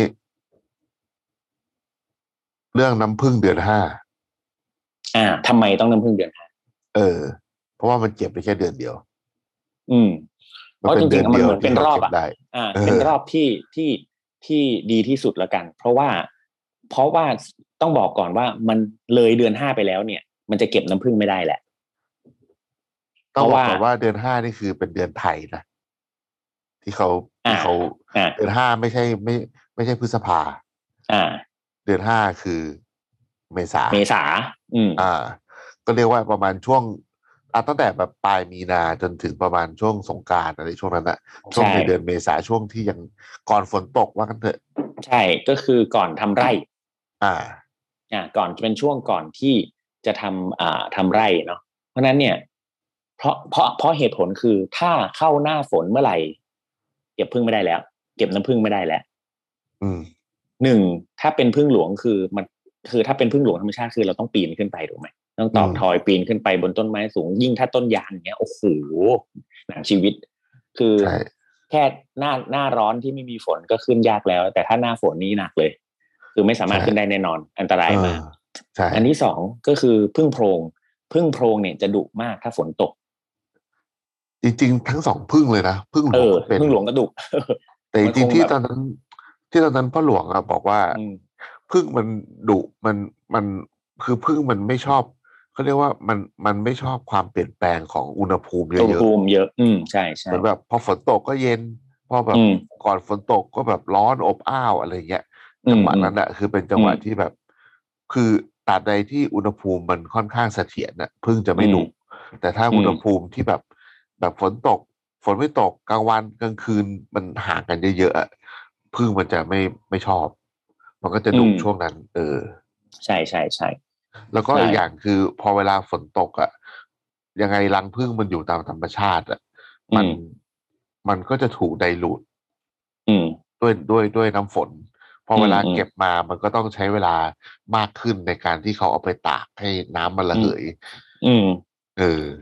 เรื่องน้ำผึ้งเดือนห้าอ่าทำไมต้องน้ำผึ้งเดือนห้าเออเพราะว่ามันเก็บไปแค่เดือนเดียวอืม เพมันเป็นราะจริงๆอะเดือนเดียวมันเหมือนเป็นรอบอ่ะที่เขาเก็บได้อ่าเอเป็นอรอบที่ที่ที่ดีที่สุดละกัน เพราะว่าเพราะว่าต้องบอกก่อนว่ามันเลยเดือนห้าไปแล้วเนี่ย มันจะเก็บน้ำผึ้งไม่ได้แหละเพต้องราะว่าบอกก่อนว่าเดือนห้านี่คือเป็นเดือนไทยนะ ที่เขาอ่าที่เขาอ่าเดือนห้าไม่ใช่ไม่ไม่ใช่พฤษภาอ่าเดือนห้าคือเมษาเมษาอืมอ่าก็เรียกว่าประมาณช่วงอ่ะตั้งแต่แบบปลายมีนาจนถึงประมาณช่วงสงกรานต์อะไรช่วงนั้นอะช่วงใช่ในเดือนเมษาช่วงที่ยังก่อนฝนตกว่ากันเถอะใช่ก็คือก่อนทำไร่อ่าอ่าก่อนเป็นช่วงก่อนที่จะทำอ่าทำไร่เนาะเพราะนั้นเนี่ยเพราะเพราะเพราะเหตุผลคือถ้าเข้าหน้าฝนเมื่อไหร่เก็บผึ้งไม่ได้แล้วเก็บน้ำผึ้งไม่ได้แล้วอืมหนึ่งถ้าเป็นพึ่งหลวงคือมันคือถ้าเป็นพึ่งหลวงธรรมชาติคือเราต้องปีนขึ้นไปถูกไหมต้องตอืมอกทอยปีนขึ้นไปบนต้นไม้สูงยิ่งถ้าต้นยางอย่างเงี้ยโอ้โหหนังชีวิตคือใช่แค่หน้าหน้าร้อนที่ไม่มีฝนก็ขึ้นยากแล้วแต่ถ้าหน้าฝนนี่หนักเลยคือไม่สามารถใช่ขึ้นได้แน่นอนอันตราเออยมากใช่อันที่สองก็คือพึ่งโพรงพึ่งโพรงเนี่ยจะดุมากถ้าฝนตกจริงๆทั้งสองพึ่งเลยนะพึ่งหลเออวงก็เป็นพึ่งหลวงก็ดุแต่จริงมันคงแบบๆที่ตอนนั้นที่ตอนนั้นพ่อหลวงอะบอกว่าอืมพึ่งมันดุมันมันคือพึ่งมันไม่ชอบเขาเรียกว่ามันมันไม่ชอบความเปลี่ยนแปลงของอุณหภูมิอุณหเยอะภูมิเยอะอืมใช่ๆเหใช่มือนแบบพอฝนตกก็เย็นพอแบบอืมก่อนฝนตกก็แบบร้อนอบอ้าวอะไรเงี้ยอืมอืมจังหวะนั้นแหละคือเป็นจังอืมหวะที่แบบคือตราบใดที่อุณหภูมิมันค่อนข้างเสถียรน่ะพึ่งจะอืมไม่ดุแต่ถ้าอืมอุณหภูมิที่แบบแบบฝนตกฝนไม่ตกกลางวันกลางคืนมันห่างกันเยอะๆอะ พึ่งมันจะไม่ไม่ชอบ มันก็จะดุอืมช่วงนั้นเออใช่ใช่ใช่แล้วก็ใช่อีกอย่างคือพอเวลาฝนตกอ่ะยังไงรังผึ้งมันอยู่ตามธรรมชาติอ่ะมันมันก็จะถูกไดลูทด้วยด้วยด้วยน้ำฝนพอเวลาเก็บมามันก็ต้องใช้เวลามากขึ้นในการที่เขาเอาไปตากให้น้ำมันระเหยเออ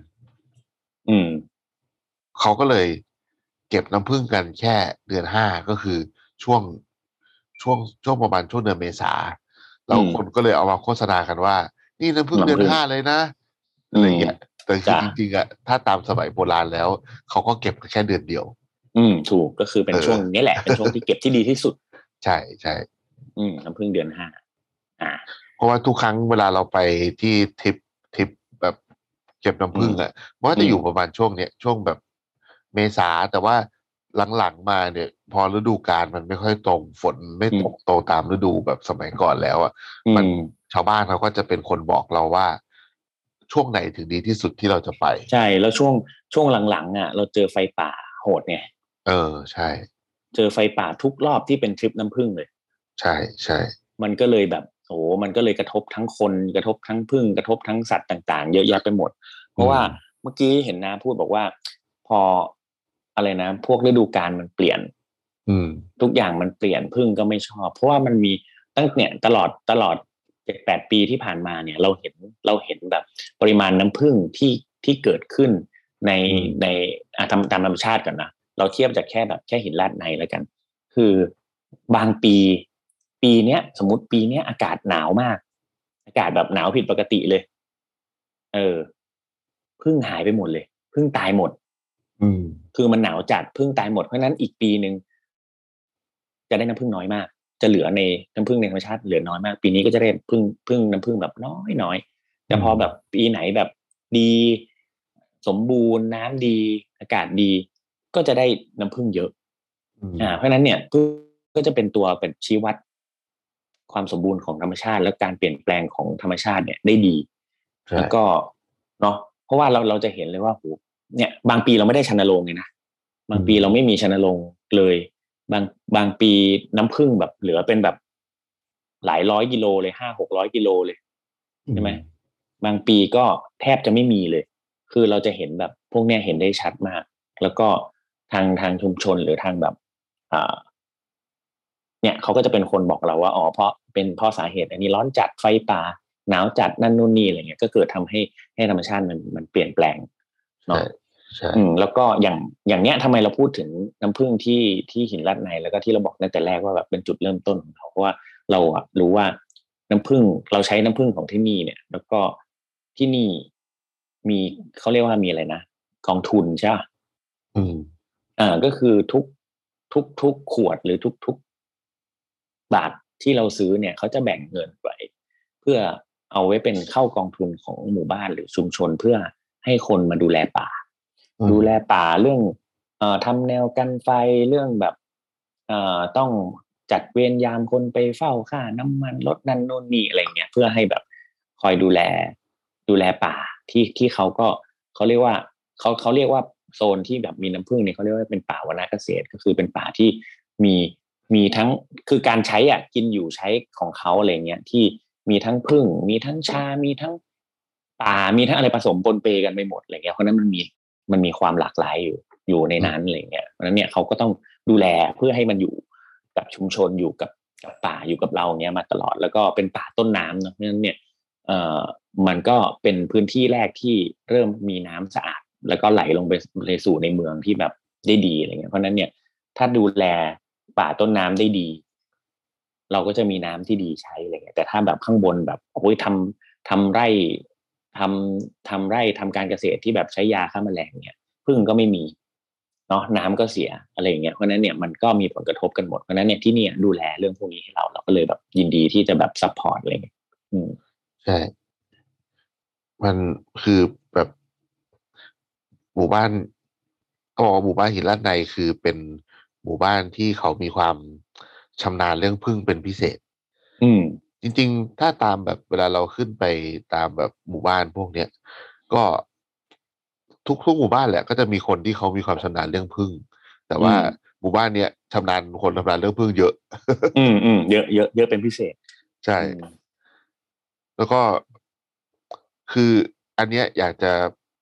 เขาก็เลยเก็บน้ำผึ้งกันแค่เดือนห้าก็คือช่วงช่วงช่วงประมาณช่วงเดือนเมษาแล้วคนก็เลยเอามาโฆษณากันว่านี่น้ำผึ้งเดือนห้าเลยนะอะไรเงี้ยแต่คือจริงๆอ่ะถ้าตามสมัยโบราณแล้วเขาก็เก็บแค่เดือนเดียวอืมถูกก็คือเป็นช่วงนี้แหละเป็นช่วงที่เก็บที่ดีที่สุดใช่ใช่อืมน้ำผึ้งเดือนห้าอ่าเพราะว่าทุกครั้งเวลาเราไปที่ทริปทริปแบบเก็บน้ำผึ้งอ่ะมันก็จะอยู่ประมาณช่วงเนี้ยช่วงแบบเมษาแต่ว่าหลังๆมาเนี่ยพอฤดูกาลมันไม่ค่อยตรงฝนไม่ตกโตตามฤดูแบบสมัยก่อนแล้วอ่ะมันชาวบ้านเขาก็จะเป็นคนบอกเราว่าช่วงไหนถึงดีที่สุดที่เราจะไปใช่แล้วช่วงช่วงหลังๆอ่ะเราเจอไฟป่าโหดไงเออใช่เจอไฟป่าทุกรอบที่เป็นทริปน้ำผึ้งเลยใช่ใช่มันก็เลยแบบโอ้มันก็เลยกระทบทั้งคนกระทบทั้งผึ้งกระทบทั้งสัตว์ต่างๆเยอะแยะไปหมดเพราะว่าเมื่อกี้เห็นนะพูดบอกว่าพออะไรนะพวกฤดูกาลมันเปลี่ยนทุกอย่างมันเปลี่ยนผึ้งก็ไม่ชอบเพราะว่ามันมีตั้งเนี่ยตลอดตลอดเจ็ดแปดปีที่ผ่านมาเนี่ยเราเห็นเราเห็นแบบปริมาณน้ำผึ้งที่ที่เกิดขึ้นในในอ่ะตามตามธรรมชาติก่อนนะเราเทียบจากแค่แบบแค่หินลาดในแล้วกันคือบางปีปีเนี้ยสมมติปีเนี้ยอากาศหนาวมากอากาศแบบหนาวผิดปกติเลยเออผึ้งหายไปหมดเลยผึ้งตายหมดคือมันหนาวจัดผึ้งตายหมดเพราะนั้นอีกปีนึงจะได้น้ำผึ้งน้อยมากจะเหลือในน้ำผึ้งในธรรมชาติเหลือน้อยมากปีนี้ก็จะได้ผึ้งผึ้งน้ำผึ้งแบบน้อยน้อยแต่พอแบบปีไหนแบบดีสมบูรณ์น้ำดีอากาศดีก็จะได้น้ำผึ้งเยอะอ่าเพราะนั้นเนี่ยก็จะเป็นตัวเป็นชี้วัดความสมบูรณ์ของธรรมชาติและการเปลี่ยนแปลงของธรรมชาติเนี่ยได้ดีแล้วก็เนาะเพราะว่าเราเราจะเห็นเลยว่าโหเนี่ยบางปีเราไม่ได้ชันโรงเลยนะบางปีเราไม่มีชันโรงเลยบางบางปีน้ำผึ้งแบบเหลือเป็นแบบหลายร้อยกิโลเลยห้าหกร้อยกิโลเลยใช่ไหมบางปีก็แทบจะไม่มีเลยคือเราจะเห็นแบบพวกเนี้ยเห็นได้ชัดมากแล้วก็ทางทางชุมชนหรือทางแบบอ่าเนี่ยเขาก็จะเป็นคนบอกเราว่าอ๋อเพราะเป็นเพราะสาเหตุอันนี้ร้อนจัดไฟป่าหนาวจัดนั่นนู่นนี่อะไรเงี้ยก็เกิดทำให้ให้ธรรมชาติมันมันเปลี่ยนแปลงเนาะอืมแล้วก็อย่างอย่างเนี้ยทำไมเราพูดถึงน้ำผึ้งที่ที่หินลาดในแล้วก็ที่เราบอกตั้งแต่แรกว่าแบบเป็นจุดเริ่มต้นของเขาเพราะว่าเราอะรู้ว่าน้ำผึ้งเราใช้น้ำผึ้งของที่นี่เนี่ยแล้วก็ที่นี่มีเขาเรียกว่ามีอะไรนะกองทุนใช่ป่ะอืมอ่าก็คือทุกทุกทุกขวดหรือทุกทุกบาทที่เราซื้อเนี่ยเขาจะแบ่งเงินไว้เพื่อเอาไว้เป็นเข้ากองทุนของหมู่บ้านหรือชุมชนเพื่อให้คนมาดูแลป่าดูแลป่าเรื่องเอ่อทำแนวกันไฟเรื่องแบบเอ่อต้องจัดเวรยามคนไปเฝ้าค่าน้ำมันลดนั่นโน่นนี่อะไรเงี้ยเพื่อให้แบบคอยดูแลดูแลป่าที่ที่เขาก็เขาเรียกว่าเขาเขาเรียกว่าโซนที่แบบมีน้ำผึ้งเนี่ยเขาเรียกว่าเป็นป่าวนาเกษตรก็คือเป็นป่าที่มีมีทั้งคือการใช้อ่ะกินอยู่ใช้ของเขาอะไรเงี้ยที่มีทั้งผึ้งมีทั้งชามีทั้งป่ามีทั้งอะไรผสมปนเปกันไปหมดอะไรเงี้ยเพราะนั้นมันมีมันมีความหลากหลายอยู่อยู่ในนั้นอะไรเงี้ยเพราะนั้นเนี่ยเขาก็ต้องดูแลเพื่อให้มันอยู่กับชุมชนอยู่กับกับป่าอยู่กับเราเนี้ยมาตลอดแล้วก็เป็นป่าต้นน้ำเนาะเพราะฉะนั้นเนี่ยเอ่อมันก็เป็นพื้นที่แรกที่เริ่มมีน้ำสะอาดแล้วก็ไหลลงไปในสู่ในเมืองที่แบบได้ดีอะไรเงี้ยเพราะนั้นเนี่ยถ้าดูแลป่าต้นน้ำได้ดีเราก็จะมีน้ำที่ดีใช้อะไรเงี้ยแต่ถ้าแบบข้างบนแบบโอ้ยทำทำไร่ทำทำไร่ทำการเกษตรที่แบบใช้ยาฆ่าแมลงเนี่ยพึ่งก็ไม่มีเนาะน้ำก็เสียอะไรอย่างเงี้ยเพราะนั้นเนี่ยมันก็มีผลกระทบกันหมดเพราะนั้นเนี่ยที่นี่ดูแลเรื่องพวกนี้ให้เราเราก็เลยแบบยินดีที่จะแบบซัพพอร์ตอะไรเงี้ยอืมใช่มันคือแบบหมู่บ้านก็บอกว่าหมู่บ้านหินลาดในคือเป็นหมู่บ้านที่เขามีความชำนาญเรื่องผึ้งเป็นพิเศษอืมจริงๆถ้าตามแบบเวลาเราขึ้นไปตามแบบหมู่บ้านพวกเนี้ยก็ทุกทุกหมู่บ้านแหละก็จะมีคนที่เขามีความชำนาญเรื่องผึ้งแต่ว่าหมู่บ้านเนี้ยชำนาญคนชำนาญเรื่องผึ้งเยอะอืมอืมเยอะเยอะเยอะเป็นพิเศษใช่แล้วก็คืออันเนี้ยอยากจะแบบ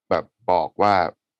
บอกว่า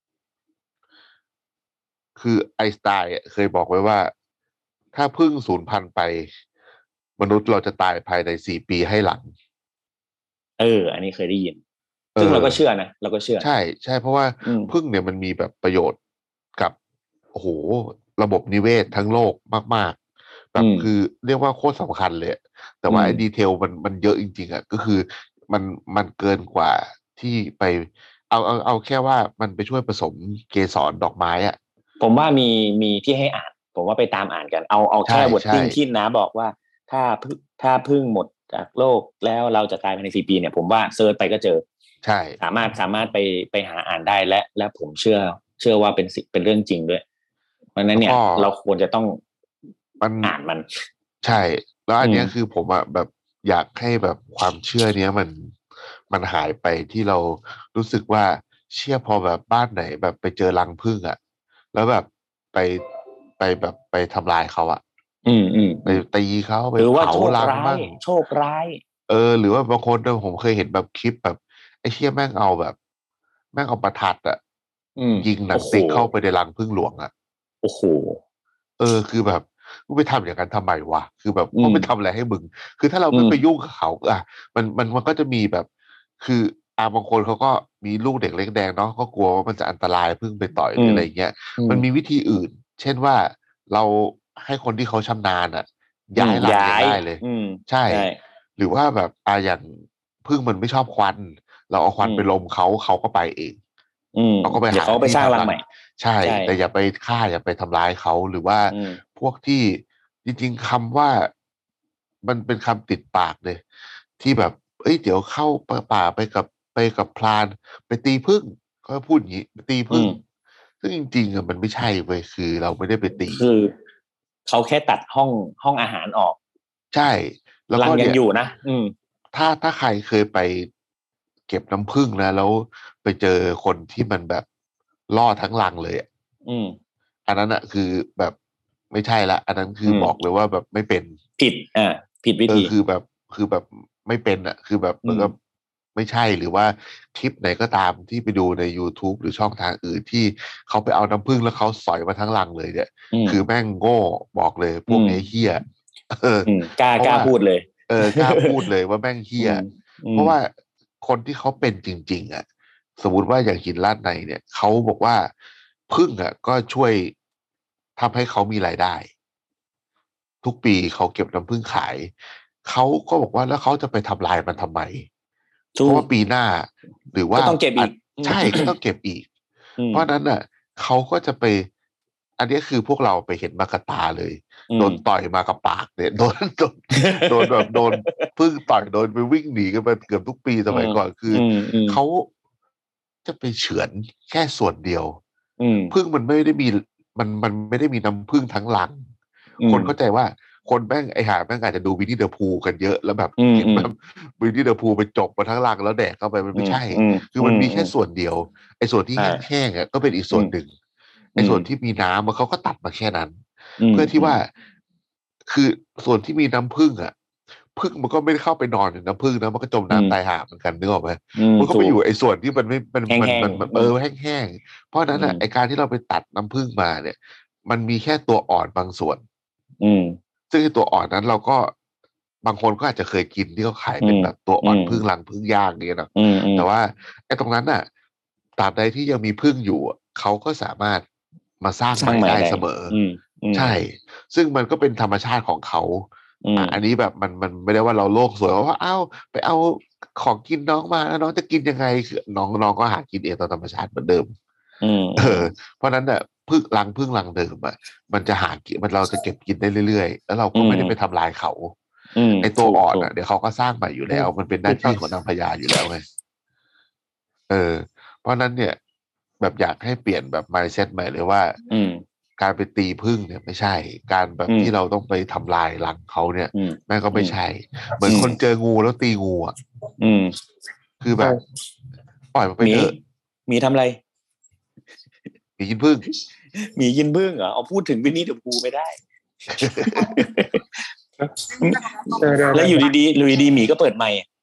คือไอน์สไตน์เคยบอกไว้ว่าถ้าผึ้งสูญพันธุ์ไปมนุษย์เราจะตายภายในสี่ปีให้หลังเอออันนี้เคยได้ยินซึ่งเราก็เชื่อนะเราก็เชื่อใช่ใช่เพราะว่าผึ้งเนี่ยมันมีแบบประโยชน์กับโอ้โหระบบนิเวศทั้งโลกมากๆแบบคือเรียกว่าโคตรสำคัญเลยแต่ว่าไอ้ดีเทลมันมันเยอะจริงๆอ่ะก็คือมันมันเกินกว่าที่ไปเอาเอาเอาแค่ว่ามันไปช่วยผสมเกสรดอกไม้อ่ะผมว่ามีมีที่ให้อ่านผมว่าไปตามอ่านกันเอาเอาแค่วอร์ดดิ้งที่น้าบอกว่าถ้าถ้าพึ่งหมดจากโลกแล้วเราจะตายภายในสี่ปีเนี่ยผมว่าเซิร์ชไปก็เจอใช่สามารถสามารถไปไปหาอ่านได้และและผมเชื่อเชื่อว่าเป็นเป็นเรื่องจริงด้วยเพราะนั้นเนี่ยเราควรจะต้องอ่านมันใช่แล้วอันนี้คือผมอะแบบอยากให้แบบความเชื่อเนี้ยมันมันหายไปที่เรารู้สึกว่าเชื่อพอแบบบ้านไหนแบบไปเจอรังผึ้งอะแล้วแบบไปไปแบบไปทำลายเขาอะอืมอืมไปตีเขาไปเผารังบ้างโชคร้ายเออหรือว่าบางคนผมเคยเห็นแบบคลิปแบบไอ้เชี่ยแม่งเอาแบบแม่งเอาประทัดอะยิงหนังสติ๊กเข้าไปในรังผึ้งหลวงอะโอ้โหเออคือแบบกูไปทำอย่างนั้นทำไมวะคือแบบเขาไปทำอะไรให้มึงคือถ้าเราไม่ไปยุ่งกับเขาอ่ะมันมันมันก็จะมีแบบคืออาบางคนเขาก็มีลูกเด็กเล็กแดงเนาะก็กลัวว่ามันจะอันตรายพึ่งไปต่อยหรืออะไรเงี้ยมันมีวิธีอื่นเช่นว่าเราให้คนที่เขาชำนาญอ่ะย้ายรังยังได้เลยใช่หรือว่าแบบอ่าอย่างพึ่งมันไม่ชอบควันเราเอาควันไปลมเขาเขาก็ไปเองเขาก็ไปหาที่ทำรังใช่แต่อย่าไปฆ่าอย่าไปทำร้ายเขาหรือว่าพวกที่จริงๆคำว่ามันเป็นคำติดปากเลยที่แบบเอ้ยเดี๋ยวเข้าป่าไปกับไปกับพรานไปตีผึ้งเขาพูดอย่างนี้ตีผึ้งซึ่งจริงๆอะมันไม่ใช่เว้ยคือเราไม่ได้ไปตีคือเขาแค่ตัดห้องห้องอาหารออกใช่แล้วก็เนี่ยอยู่นะอืมถ้าถ้าใครเคยไปเก็บน้ำผึ้งนะแล้วไปเจอคนที่มันแบบล่อทั้งรังเลยอ่ะอืมอันนั้นอ่ะคือแบบไม่ใช่ละอันนั้นคือบอกเลยว่าแบบไม่เป็นผิดอ่าผิดวิธีเออคือแบบคือแบบไม่เป็นอ่ะคือแบบเหมือนกับไม่ใช่หรือว่าคลิปไหนก็ตามที่ไปดูใน YouTube หรือช่องทางอื่นที่เขาไปเอาน้ำผึ้งแล้วเขาสอยมาทั้งรังเลยเนี่ยคือแม่งโง่บอกเลยพวกนี้เหี้ยเออกล้ากล้าพูดเลยเออกล้าพูดเลยว่าแม่งเหี้ยเพราะว่าคนที่เขาเป็นจริงๆอ่ะสมมติว่าอย่างหินลาดในเนี่ยเขาบอกว่าผึ้งอ่ะก็ช่วยทำให้เขามีรายได้ทุกปีเขาเก็บน้ำผึ้งขายเขาก็บอกว่าแล้วเขาจะไปทำลายมันทำไมเพราะว่าปีหน้าหรือว่าก็ต้องเก็บอีกใช่ก็ต้องเก็บอีกเพราะนั้นน่ะเขาก็จะไปอันนี้คือพวกเราไปเห็นมากระตาเลยโดนต่อยมากับปากเนี่ยโดนโดนโดนแบบโดนพึ่งต่อยโดนไปวิ่งหนีกันไปเกือบทุกปีสมัยก่อนคือเขาจะไปเฉือนแค่ส่วนเดียวพึ่งมันไม่ได้มีมันมันไม่ได้มีน้ำพึ่งทั้งรังคนเข้าใจว่าคนแม่งไอหาแม่งอาจจะดูวินนี่เดอะพูกันเยอะแล้วแบบเห็นแบบวินนี่เดอะพูไปจบมาทั้งรังแล้วแดกเข้าไปมันไม่ใช่คือมันมีแค่ส่วนเดียวไอส่วนที่แห้งๆอ่ะก็เป็นอีกส่วนหนึ่งไอส่วนที่มีน้ำมันเขาก็ตัดมาแค่นั้นเพื่อที่ว่าคือส่วนที่มีน้ำผึ้งอ่ะผึ้งมันก็ไม่ได้เข้าไปนอนในน้ำผึ้งนะมันก็จมน้ำตายหาเหมือนกันนึกออกไหมมันก็ไปอยู่ไอส่วนที่มันไม่มันมันมันเออแห้งๆเพราะนั้นอ่ะไอการที่เราไปตัดน้ำผึ้งมาเนี่ยมันมีแค่ตัวอ่อนบางส่วนซึ่งตัวอ่อนนั้นเราก็บางคนก็อาจจะเคยกินที่เขาขายเป็นแบบตัวอ่อนผึ้งรังผึ้งย่างเนี่ยนะแต่ว่าไอ้ตรงนั้นน่ะตราบใดที่ยังมีผึ้งอยู่เขาก็สามารถมาสร้างใหม่ได้เสมอใช่ซึ่งมันก็เป็นธรรมชาติของเขาอ่ะอันนี้แบบมันมันไม่ได้ว่าเราโลกสวยว่าเอ้าไปเอาของกินน้องมาแล้วน้องจะกินยังไงคือน้องน้องก็หากินเองตามธรรมชาติเหมือนเดิมเออเพราะนั้นเนี่ยพึ่งรังพึ่งรังเดิมอ่ะมันจะหากินมันเราจะเก็บกินได้เรื่อยๆแล้วเราก็ไม่ได้ไปทำลายเขาไอตัวอ่อนอ่ะเดี๋ยวเขาก็สร้างใหม่อยู่แล้วมันเป็นหน้าที่ของนางพญาอยู่แล้วไงเออเพราะนั้นเนี่ยแบบอยากให้เปลี่ยนแบบ mindset ใหม่เลยว่าการไปตีพึ่งเนี่ยไม่ใช่การแบบที่เราต้องไปทำลายรังเขาเนี่ยแม่ก็ไม่ใช่เหมือนคนเจองูแล้วตีงูอ่ะคือแบบปล่อยมันไปเถอะมีทำอะไรมีกินพึ่งมีกินพึ่งเหรอเอาพูดถึงวินนี่เดอะพูไม่ได้แล้วอยู่ดีๆอยู่ดีๆหมีก็เปิดไมค์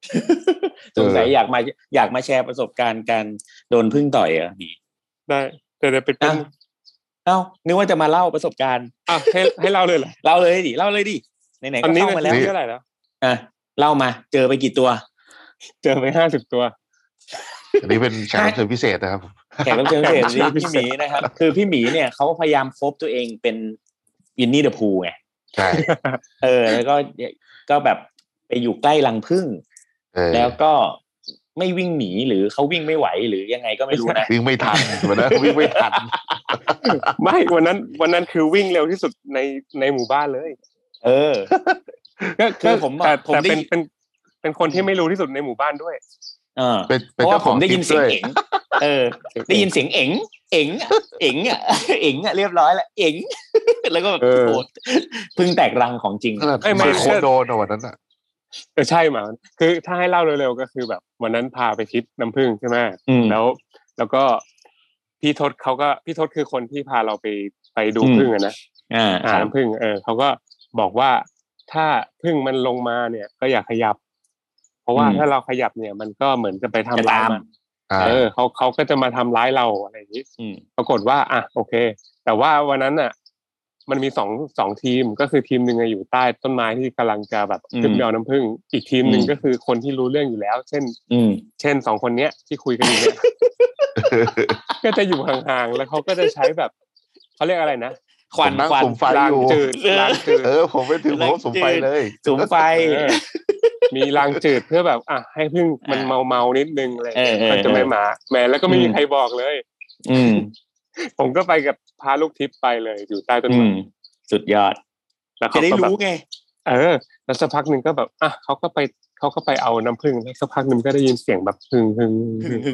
สงสัยอยากมาอยากมาแชร์ประสบการณ์การโดนผึ้งต่อยอ่ะนี่ได้แต่จะเป็นเอ้านึกว่าจะมาเล่าประสบการณ์อ่ะให้ให้เล่าเลยเหรอเล่าเลยดิเล่าเลยดิไหนๆก็เข้ามาแล้วเท่าไหร่แล้วอ่ะเล่ามาเจอไปกี่ตัวเจอไปห้าสิบตัวอันนี้เป็นแขกรับเชิญพิเศษนะครับแขกรับเชิญพิเศษนี่พี่หมีนะครับคือพี่หมีเนี่ยเขาพยายามโคฟตัวเองเป็นวินนี่เดอะพูลไงใช่เออแล้วก็ก็แบบไปอยู่ใกล้รังผึ้งแล้วก็ไม่วิ่งหนีหรือเขาวิ่งไม่ไหวหรือยังไงก็ไม่รู้นะวิ่งไม่ทันวันนั้นวิ่งไม่ทันไม่วันนั้นวันนั้นคือวิ่งเร็วที่สุดในในหมู่บ้านเลยเออก็คือผมแต่เป็นเป็นเป็นคนที่ไม่รู้ที่สุดในหมู่บ้านด้วยเออเพราะว่าผมได้ยินเสียงเอ๋งเออได้ยินเสียงเอ๋งเอ๋งเอ๋งอ่ะเอ๋งอ่ะเรียบร้อยแล้วเอ๋งแล้วก็แบบโอ้พึ่งแตกรังของจริงไม่ไม่โคโดนวันนั้นอ่ะเออใช่หมาคือถ้าให้เล่าเร็วๆก็คือแบบวันนั้นพาไปทริปน้ำผึ้งใช่ไหมแล้วแล้วก็พี่ทศเขาก็พี่ทศคือคนที่พาเราไปไปดูผึ้งอะนะอ่าอ่าน้ำผึ้งเออเขาก็บอกว่าถ้าผึ้งมันลงมาเนี่ยก็อย่าขยับเพราะว่าถ้าเราขยับเนี่ยมันก็เหมือนจะไปทำร้ายมันเออเขาเขาก็จะมาทำร้ายเราอะไรอย่างนี้ปรากฏว่าอ่ะโอเคแต่ว่าวันนั้นอ่ะมันมีสองสองทีมก็คือทีมหนึ่งอยู่ใต้ต้นไม้ที่กำลังจะแบบขึ้นไปเอาน้ำผึ้งอีกทีมหนึ่งก็คือคนที่รู้เรื่องอยู่แล้วเช่นเช่นสองคนเนี้ยที่คุยกันอยู่เนี่ยก็จะอยู่ห่างๆแล้วเขาก็จะใช้แบบเขาเรียกอะไรนะควันควันลางจืดลางจืดเออผมไม่ถึงผมสุมไฟเลยสุมไฟมีลางจืดเพื่อแบบอ่ะให้ผึ้งมันเมาๆนิดนึงอะไรก็จะไม่มาแม้แล้วก็ไม่มีใครบอกเลยอืมผมก็ไปกับพาลูกทิพย์ไปเลยอยู่ใต้ต้นไม้สุดยอดแล้วจะได้รู้ไงเออแล้วสักพักนึงก็แบบอ่ะเขาก็ไปเขาก็ไปเอาน้ำผึ้งแล้วสักพักนึงก็ได้ยินเสียงแบบหึ่งหึ่งหึ่ง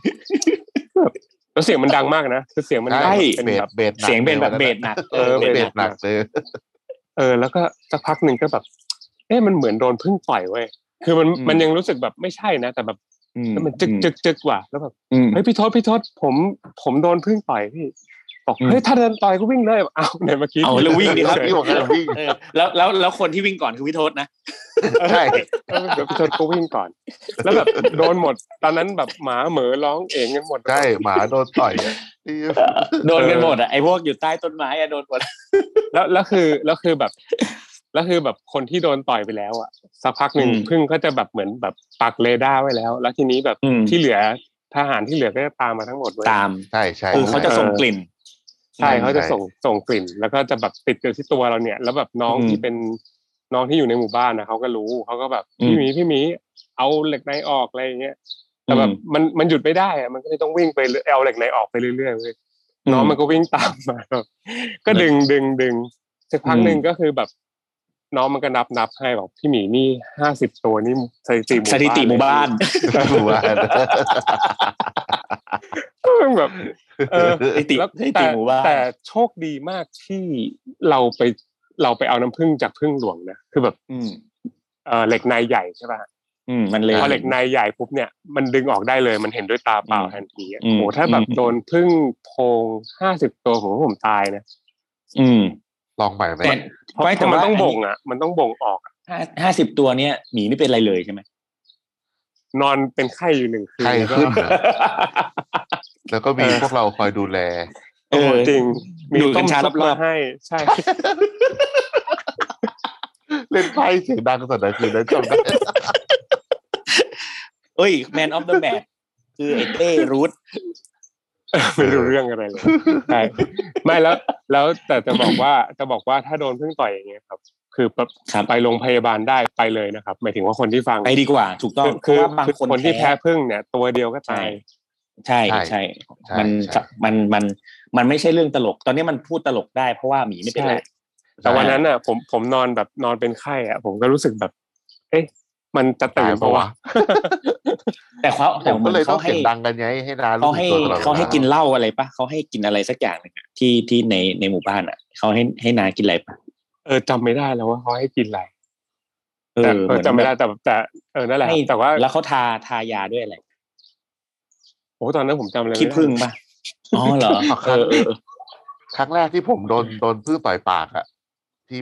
แล้วเสียงมันดังมากนะคือเสียงมันเป็นแบบเสียงเป็นแบบเบสหนักเออเบสหนักเลยเออแล้วก็สักพักนึงก็แบบเอ๊ะมันเหมือนโดนผึ้งต่อยเว้ยคือมันมันยังรู้สึกแบบไม่ใช่นะแต่แบบแล้วมันจึกจึกจึกว่ะแล้วแบบเฮ้ยพี่ทศพี่ทศผมผมโดนผึ้งต่อยพี่บอกเฮ้ยถ้าเดินต่อยก็วิ่งเลยอ้าวไหนเมื่อกี้เอาแล้ววิ่งดิครับพี่บอกให้วิ่งแล้วแล้วแล้วคนที่วิ่งก่อนคือพี่ทศนะใช่เดี๋ยวพี่ทศก็วิ่งก่อนแล้วแบบโดนหมดตอนนั้นแบบหมาเหม่อร้องเองกันหมดใช่หมาโดนต่อยโดนกันหมดอ่ะไอ้พวกอยู่ใต้ต้นไม้อ่ะโดนหมดแล้วแล้วคือแล้วคือแบบแล้วคือแบบคนที่โดนต่อยไปแล้วอ่ะสักพักหนึ่งพึ่งก็จะแบบเหมือนแบบปักเรดาร์ไว้แล้วแล้วทีนี้แบบที่เหลือทหารที่เหลือก็จะตามมาทั้งหมดเลยตามใช่ใช่คือเขาจะส่งกลิ่นใช่เขาจะส่งส่งกลิ่นแล้วก็จะแบบติดอยู่ที่ตัวเราเนี่ยแล้วแบบน้องที่เป็นน้องที่อยู่ในหมู่บ้านนะเขาก็รู้เขาก็แบบพี่หมีพี่หมีเอาเหล็กในออกอะไรอย่างเงี้ยแต่แบบมันมันหยุดไม่ได้อะมันก็เลยต้องวิ่งไปเอาเหล็กในออกไปเรื่อยๆเลยน้องมันก็วิ่งตามมาก็ดึงดึงดึงสักพักนึงก็คือแบบน้องมันก็นับนับให้บอกพี่หมีนี่ห้าสิบตัวนี่สถิติสถิติหมู่บ้านหมู่บ้านแบบเออแล้วแต่แต่โชคดีมากที่เราไปเราไปเอาน้ำผึ้งจากผึ้งหลวงนะคือแบบเออเหล็กในใหญ่ใช่ป่ะอืมมันเลยพอเหล็กในใหญ่ปุ๊บเนี่ยมันดึงออกได้เลยมันเห็นด้วยตาเปล่าทันทีโอ้โหถ้าแบบโดนผึ้งโพงห้าสิบตัวผมว่าผมตายนะอืมลองใหม่ไหมเพราะมันต้องบ่งอ่ะมันต้องบ่งออกห้าห้าสิบตัวเนี้ยหมีไม่เป็นไรเลยใช่ไหมนอนเป็นไข้อยู่หนึ่งคืนไข้ขึ้นแล้วก็มีพวกเราคอยดูแลเออจริงมีต้มชารับรอบให้ใช่เล่นไพ่เสียงดังสันดานคืนนั้นจำได้เอ้ย Man of the Match คือไอ้เต้รูทไม่รู้เรื่องอะไรเลยใช่ไม่แล้วแล้วแต่จะบอกว่าจะบอกว่าถ้าโดนผึ้งต่อยอย่างเงี้ยครับคือไปโรงพยาบาลได้ไปเลยนะครับหมายถึงว่าคนที่ฟังไปดีกว่าถูกต้องคือบางคนคนที่แพ้ผึ้งเนี่ยตัวเดียวก็ตายใช่ใช่มันมันมันมันไม่ใช่เรื่องตลกตอนนี้มันพูดตลกได้เพราะว่าหมีไม่เป็นไรแต่วันนั้นอ่ะผมผมนอนแบบนอนเป็นไข้อ่ะผมก็รู้สึกแบบเอ๊ะมันจะตื่นปะวะแต่เขาแต่ก็เลยต้องเสียงดังกันไงให้นาเขาให้เขาให้กินเหล้าอะไรปะเขาให้กินอะไรสักอย่างหนึ่งอ่ะที่ที่ในในหมู่บ้านอ่ะเขาให้ให้นากินอะไรปะเออจำไม่ได้แล้วว่าเขาให้กินอะไรเออจำไม่ได้แต่แต่เออนั่นแหละแต่ว่าแล้วเขาทาทายาด้วยอะไรโอ้ตอนนั้นผมจำเลยขี้ผึ้งปะอ๋อเหรอเออครั้งแรกที่ผมโดนโดนผึ้งต่อยปากอ่ะที่แบบ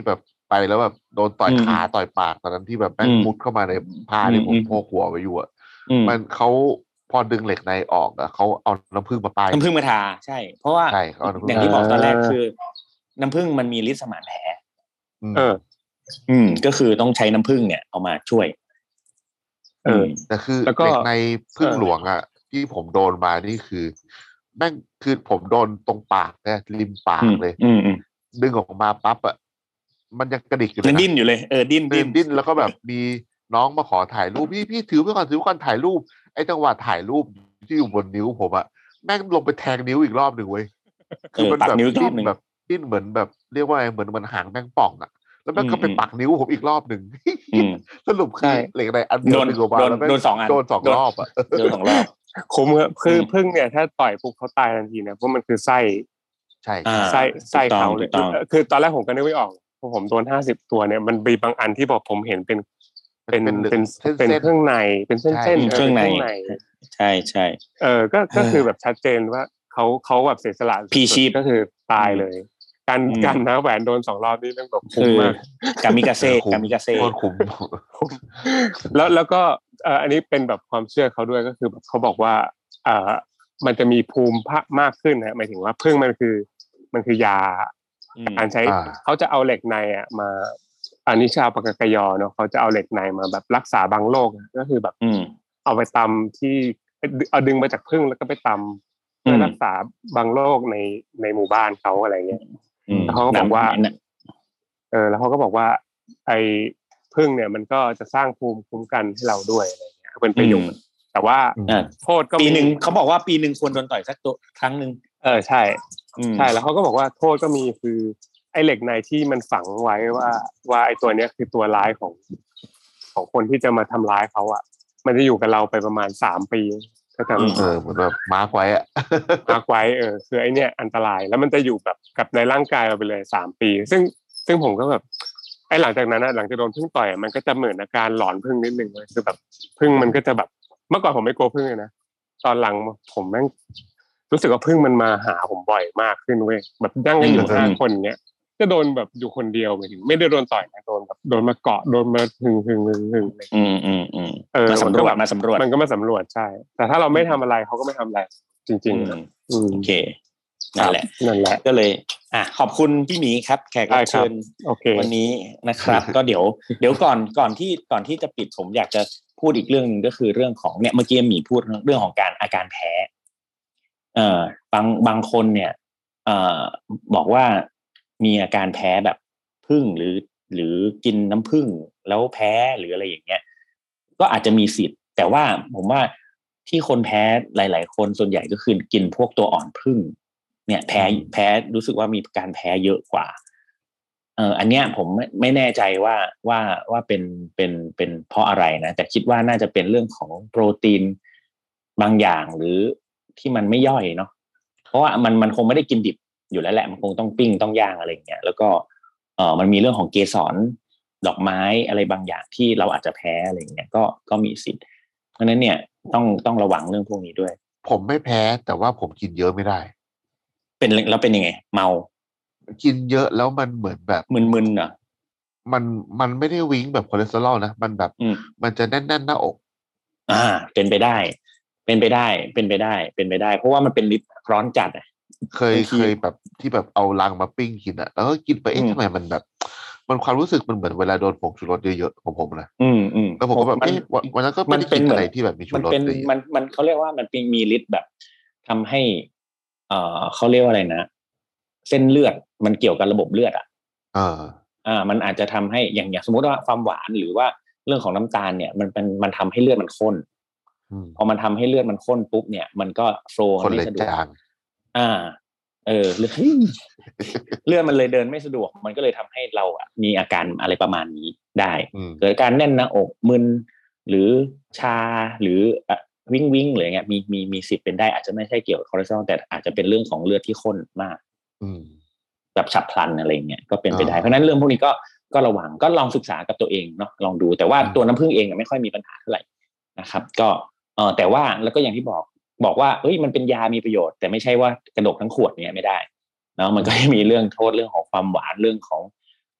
ไปแล้วแบบโดนต่อยขาต่อยปากตอนนั้นที่แบบแม่งมุดเข้ามาในผ้าที่ผมโพกหัวไว้อยู่อ่ะมันเขาพอดึงเหล็กในออกอ่ะเขาเอาน้ำผึ้งมาป้ายน้ำผึ้งมาทาใช่เพราะว่าอย่างที่บอกตอนแรกคือน้ำผึ้งมันมีฤทธิ์สมานแผลเอออืมก็คือต้องใช้น้ำผึ้งเนี่ยเอามาช่วยเออแต่คือเหล็กในผึ้งหลวงอ่ะที่ผมโดนมานี่คือแม่งคือผมโดนตรงปากเนี่ยริมปากเลยดึงออกมาปั๊บอ่ะมันยังกระดิกอยู่เลยดิ้นอยู่เลยเออดิ้นดิ้นดิ้นแล้วก็แบบมีน้องมาขอถ่ายรูปพี่พี่ถือไว้ก่อนถือไว้ก่อนถ่ายรูปไอ้จังหวะถ่ายรูปที่อยู่บนนิ้วผมอะแม่งลงไปแทงนิ้วอีกรอบหนึ่งเว้ยคือมันแบบดิ้นแบบดิ้นเหมือนแบบเรียกว่าไงเหมือนมันหางแมงป่องอะแล้วแม่งก็ไปปักนิ้วผมอีกรอบหนึ่งสรุปคือเหล็กในอันเดียวโดนโดนสองอันโดนสองรอบอะโดนสองรอบคุ้มครับคือพึ่งเนี่ยถ้าต่อยปุ๊บเขาตายทันทีนะเพราะมันคือไส้ใช่ไส้ไส้เขาเลยคือตอนแรกผมก็นึกไม่ออกพอผมโดนห้าสิบตัวเนี่ยมันมีบางอันที่บอกผมเห็นเป็นเป็นเป็นเป็นเครื่องในเป็นเส้นๆเครื่องในใช่ใช่เออก็ก็คือแบบชัดเจนว่าเขาเขาแบบเสียสละพีชีพก็คือตายเลยการการนะแหวนโดนสองรอบนี่ต้องแบบคุ้มมากกามิกาเซ่กามิกาเซ่โคตรคุ้มแล้วแล้วก็เอ่ออันนี้เป็นแบบความเชื่อเขาด้วยก็คือแบบเขาบอกว่าเอ่อมันจะมีภูมิมากขึ้นนะหมายถึงว่าพึ่งมันคือมันคือยาการใช้เขาจะเอาเหล็กในอ่ะมาอันนี้ชาวปากกยอเนาะเขาจะเอาเหล็กในมาแบบรักษาบางโรคก็คือแบบเอาไปตำที่เอาดึงมาจากผึ้งแล้วก็ไปตำเพื่อรักษาบางโรคในในหมู่บ้านเขาอะไรเงี้ยแล้วเขาก็บอกว่าเออแล้วเขาก็บอกว่าไอ้ผึ้งเนี่ยมันก็จะสร้างภูมิคุ้มกันให้เราด้วยอะไรเงี้ยเป็นประโยชน์แต่ว่าโทษก็ปีนึงเขาบอกว่าปีนึงควรโดนต่อยสักตัวครั้งนึงเออใช่ใช่แล้วเขาก็บอกว่าโทษก็มีคือไอ้เหล็กในที่มันฝังไว้ว่าว่าไอ้ตัวเนี้ยคือตัวร้ายของของคนที่จะมาทำร้ายเขาอ่ะมันจะอยู่กับเราไปประมาณสามปีก็จะเออเหมือนแบบมาร์กไว้อ่ะมาร์กไว้เออคือไอ้เนี้ยอันตรายแล้วมันจะอยู่แบบกับในร่างกายเราไปเลยสามปีซึ่งซึ่งผมก็แบบไอ้หลังจากนั้นนะหลังจากโดนผึ้งต่อยมันก็จะเหมือนอาการหลอนผึ้งนิดนึงเลยคือแบบผึ้งมันก็จะแบบเมื่อก่อนผมไม่กลัวผึ้งเลยนะตอนหลังผมแม่งรู้สึกว่าผึ้งมันมาหาผมบ่อยมากขึ้นเว้ยแบบนั่งกันอยู่ห้าคนเงี้ยก็โดนแบบอยู่คนเดียวไปถึงไม่ได้โดนต่อยนะโดนแบบโดนมาเกาะโดนมาหึงหึงหึงหึงเลยอืมอืมอืมเออมาสำรวจมาสำรวจมันก็มาสำรวจใช่แต่ถ้าเราไม่ทำอะไรเขาก็ไม่ทำอะไรจริงๆโอเคนั่นแหละนั่นแหละก็เลยอ่ะขอบคุณพี่หมีครับแขกรับเชิญวันนี้นะครับก็เดี๋ยวเดี๋ยวก่อนก่อนที่ก่อนที่จะปิดผมอยากจะพูดอีกเรื่องนึงก็คือเรื่องของเนี่ยเมื่อกี้หมีพูดเรื่องของการอาการแพ้เอ่อบางบางคนเนี่ยเอ่อบอกว่ามีอาการแพ้แบบผึ้งหรือหรือกินน้ำผึ้งแล้วแพ้หรืออะไรอย่างเงี้ยก็อาจจะมีสิทธิ์แต่ว่าผมว่าที่คนแพ้หลายๆคนส่วนใหญ่ก็คือกินพวกตัวอ่อนผึ้งเนี่ยแพ้แพ้รู้สึกว่ามีการแพ้เยอะกว่าเอออันเนี้ยผมไม่ไม่แน่ใจว่าว่าว่าเป็นเป็นเป็นเพราะอะไรนะแต่คิดว่าน่าจะเป็นเรื่องของโปรตีนบางอย่างหรือที่มันไม่ย่อยเนาะเพราะว่ามันมันคงไม่ได้กินดิบอยู่แล้วแหละมันคงต้องปิ้งต้องย่างอะไรอย่างเงี้ยแล้วก็เออมันมีเรื่องของเกสรดอกไม้อะไรบางอย่างที่เราอาจจะแพ้อะไรอย่างเงี้ยก็ก็มีสิทธิ์เพราะนั้นเนี่ยต้องต้องระวังเรื่องพวกนี้ด้วยผมไม่แพ้แต่ว่าผมกินเยอะไม่ได้เป็นแล้วเป็นยังไงเมากินเยอะแล้วมันเหมือนแบบมึนๆเหรอมันมันไม่ได้วิ้งแบบคอเลสเตอรอลนะมันแบบมันจะแน่นๆหน้าอกอ่าเป็นไปได้เป็นไปได้เป็นไปได้เป็นไปได้เพราะว่ามันเป็นลิตรร้อนจัดอ่ะเคยเคยแบบที่แบบเอาลังมาปิ้งกินอ่ะแล้วก็กินไปเอ๊ะทำไมมันแบบมันความรู้สึกมันเหมือนเวลาโดนผงชูรสเยอะๆของผมนะอืมอืมแล้วผมก็แบบเอ๊ะวันนั้นก็ไม่ได้กินอะไรที่แบบมีชูรสเลยมันมันเขาเรียกว่ามันเป็นมีฤทธิ์แบบทำให้เอ่อเขาเรียกว่าอะไรนะเส้นเลือดมันเกี่ยวกับระบบเลือดอ่ะอ่าอ่ามันอาจจะทำให้อย่างอย่างสมมติว่าความหวานหรือว่าเรื่องของน้ำตาลเนี่ยมันเป็นมันทำให้เลือดมันข้นพอมันทำให้เลือดมันข้นปุ๊บเนี่ยมันก็โฟลว์ไม่สะดวกอ่าเออเลือดเลือดมันเลยเดินไม่สะดวกมันก็เลยทำให้เราอ่ะมีอาการอะไรประมาณนี้ได้เกิดการแน่นหน้าอกมึนหรือชาหรือวิ่งวิ่งหรืออย่างเงี้ยมีมีมีสิทธิ์เป็นได้อาจจะไม่ใช่เกี่ยวกับคอเลสเตอรอลแต่อาจจะเป็นเรื่องของเลือดที่ข้นมากแบบฉับพลันอะไรเงี้ยก็เป็นไปได้เพราะนั้นเรื่องพวกนี้ก็ก็ระวังก็ลองศึกษากับตัวเองเนาะลองดูแต่ว่าตัวน้ำผึ้งเองไม่ค่อยมีปัญหาเท่าไหร่นะครับก็เออแต่ว่าแล้วก็อย่างที่บอกบอกว่าเอ้ยมันเป็นยามีประโยชน์แต่ไม่ใช่ว่ากระดกทั้งขวดเนี่ยไม่ได้เนาะมันก็มีเรื่องโทษเรื่องของความหวานเรื่องของ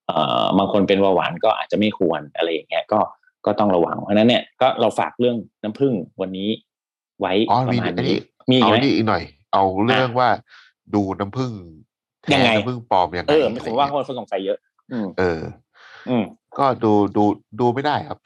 เอ่อบางคนเป็นเบาหวานก็อาจจะไม่ควรอะไรอย่างเงี้ยก็ก็ต้องระวังเพราะนั้นเนี่ยก็เราฝากเรื่องน้ำผึ้งวันนี้ไว้ประมาณนี้มีอีกไหมเอาอีกหน่อยเอาเรื่องว่าดูน้ำผึ้งแท้น้ำผึ้งปลอมยังไงเออผมว่าคนสงสัยเยอะเอออืมก็ดูดูดูไม่ได้ครับ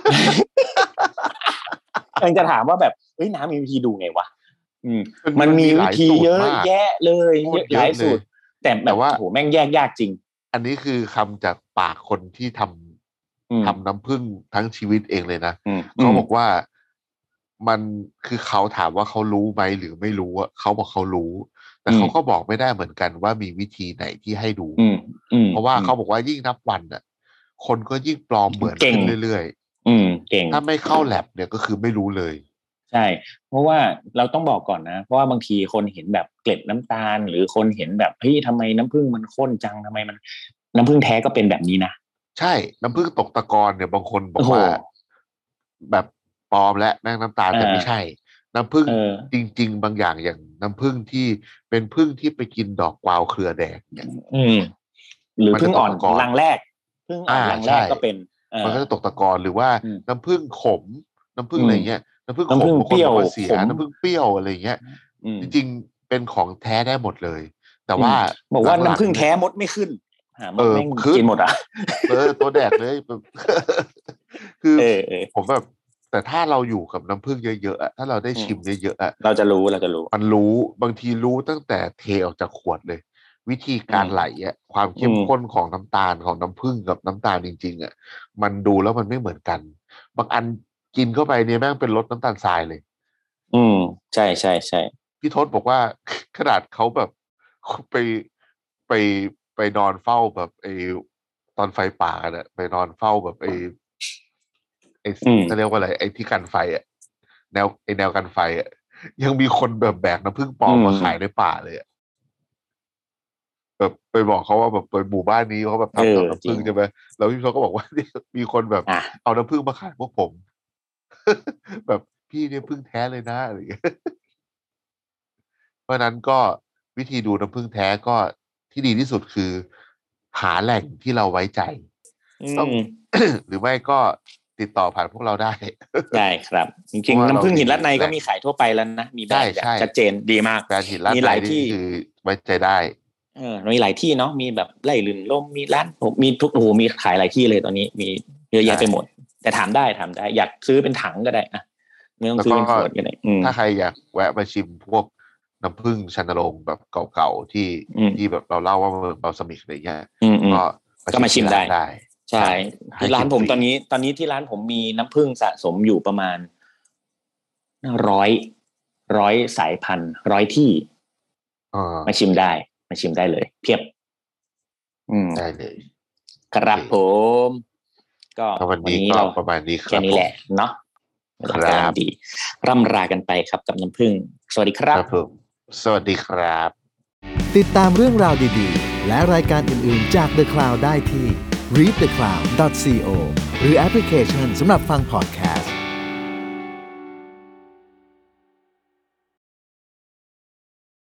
ยังจะถามว่าแบบเฮ้ยน้ำมีวิธีดูไงวะอืมมันมีวิธีเยอะแยะเลยเยอะหลายสูตรแต่แบบว่าโหแม่งแยกยากจริงอันนี้คือคำจากปากคนที่ทำทำน้ำผึ้งทั้งชีวิตเองเลยนะเขาบอกว่ามันคือเขาถามว่าเขารู้ไหมหรือไม่รู้อ่ะเขาบอกเขารู้แต่เขาก็บอกไม่ได้เหมือนกันว่ามีวิธีไหนที่ให้ดูเพราะว่าเขาบอกว่ายิ่งนับวันอ่ะคนก็ยิ่งปลอมเหมือนขึ้นเรื่อยๆอืมเก่งถ้าไม่เข้าแลบเนี่ยก็คือไม่รู้เลยใช่เพราะว่าเราต้องบอกก่อนนะเพราะว่าบางทีคนเห็นแบบเกล็ดน้ำตาลหรือคนเห็นแบบเฮ้ยทำไมน้ำผึ้งมันข้นจังทำไมมันน้ำผึ้งแท้ก็เป็นแบบนี้นะใช่น้ำผึ้งตกตะกอนเนี่ยบางคนบอกว่าแบบปลอมและแม่งน้ำตาลแต่ไม่ใช่น้ำผึ้งจริงๆบางอย่างอย่างน้ำผึ้งที่เป็นผึ้งที่ไปกินดอกกวาวเครือแดงเนี่ยหรือผึ้งอ่อนรังแรกผึ้งอ่อนรังแรกก็เป็นมันก็จะตกตะกอนหรือว่าน้ำผึ้งขมน้ำผึ้งอะไรเงี้ยน้ำผึ้งขมบางคนบอกว่าเสียน้ำผึ้งเปรี้ยวอะไรเงี้ยจริงๆเป็นของแท้ได้หมดเลยแต่ว่าบอกว่าน้ำผึ้งแท้มดไม่ขึ้นเออกินหมดอ่ะเออตัวแดกเลยคือผมแบบแต่ถ้าเราอยู่กับน้ำผึ้งเยอะๆถ้าเราได้ชิมเยอะๆเราจะรู้เราจะรู้มันรู้บางทีรู้ตั้งแต่เทออกจากขวดเลยวิธีการไหลอ่ะความเข้มข้นของน้ำตาลของน้ำผึ้งกับน้ำตาลจริงๆอ่ะมันดูแล้วมันไม่เหมือนกันบางอันกินเข้าไปเนี่ยแม่งเป็นรสน้ำตาลทรายเลยอืมใช่ใช่ใช่พี่ทศบอกว่าขนาดเขาแบบไปไปไปนอนเฝ้าแบบไอ้ตอนไฟป่ากันอะไปนอนเฝ้าแบบไอ้ไอ้เขาเรียกว่าอะไรไอ้ที่กันไฟอะแนวไอ้แนวกันไฟอะยังมีคนแบบแบกน้ำผึ้งปลอมมาขายในป่าเลยอะแบบไปบอกเขาว่าแบบไปหมู่บ้านนี้เขาแบบทำน้ำผึ้งใช่ไหมแล้วพี่ทศก็บอกว่ามีคนแบบเอาน้ำผึ้งมาขายพวกผมแบบพี่เนี่ยผึ้งแท้เลยนะอะไรอย่างเงี้ยเพราะนั้นก็วิธีดูน้ำผึ้งแท้ก็ที่ดีที่สุดคือหาแหล่งที่เราไว้ใจต้อง หรือไม่ก็ติดต่อผ่านพวกเราได้ได้ครับจริงๆน้ำผึ้งหินลัดในก็มีขายทั่วไปแล้วนะมีแบบชัดเจนดีมากมีหลายที่คือไว้ใจได้เออมีหลายที่เนาะมีแบบไร่ลื่นลมมีร้านผมมีทุกโอ้โหมีขายหลายที่เลยตอนนี้มีเยอะแยะไปหมดแต่ถามได้ถามได้อยากซื้อเป็นถังก็ได้อะไม่ต้องซื้อเป็นขวดก็ได้ถ้าใครอยากแวะมาชิมพวกน้ำผึ้งชันนรงค์แบบเก่าๆที่ที่แบบเราเล่าว่าเมืองเบาสมิกอะไรเงี้ยก็ก็มาชิมได้ใช่ที่ร้านผมตอนนี้ตอนนี้ที่ร้านผมมีน้ำผึ้งสะสมอยู่ประมาณร้อยร้อยสายพันธุ์ร้อยที่มาชิมได้มาชิมได้เลยเพียบอืมได้เลยครับผมก็วันนี้เราประมาณนี้ครับแค่นี้แหละเนาะครับดีร่ำลากันไปครับกับน้ำผึ้งสวัสดีครับผมสวัสดีครับติดตามเรื่องราวดีๆและรายการอื่นๆจาก The Cloud ได้ที่ รีด เดอะ คลาวด์ ดอท ซี โอ หรือแอปพลิเคชันสำหรับฟังพอดแคสต์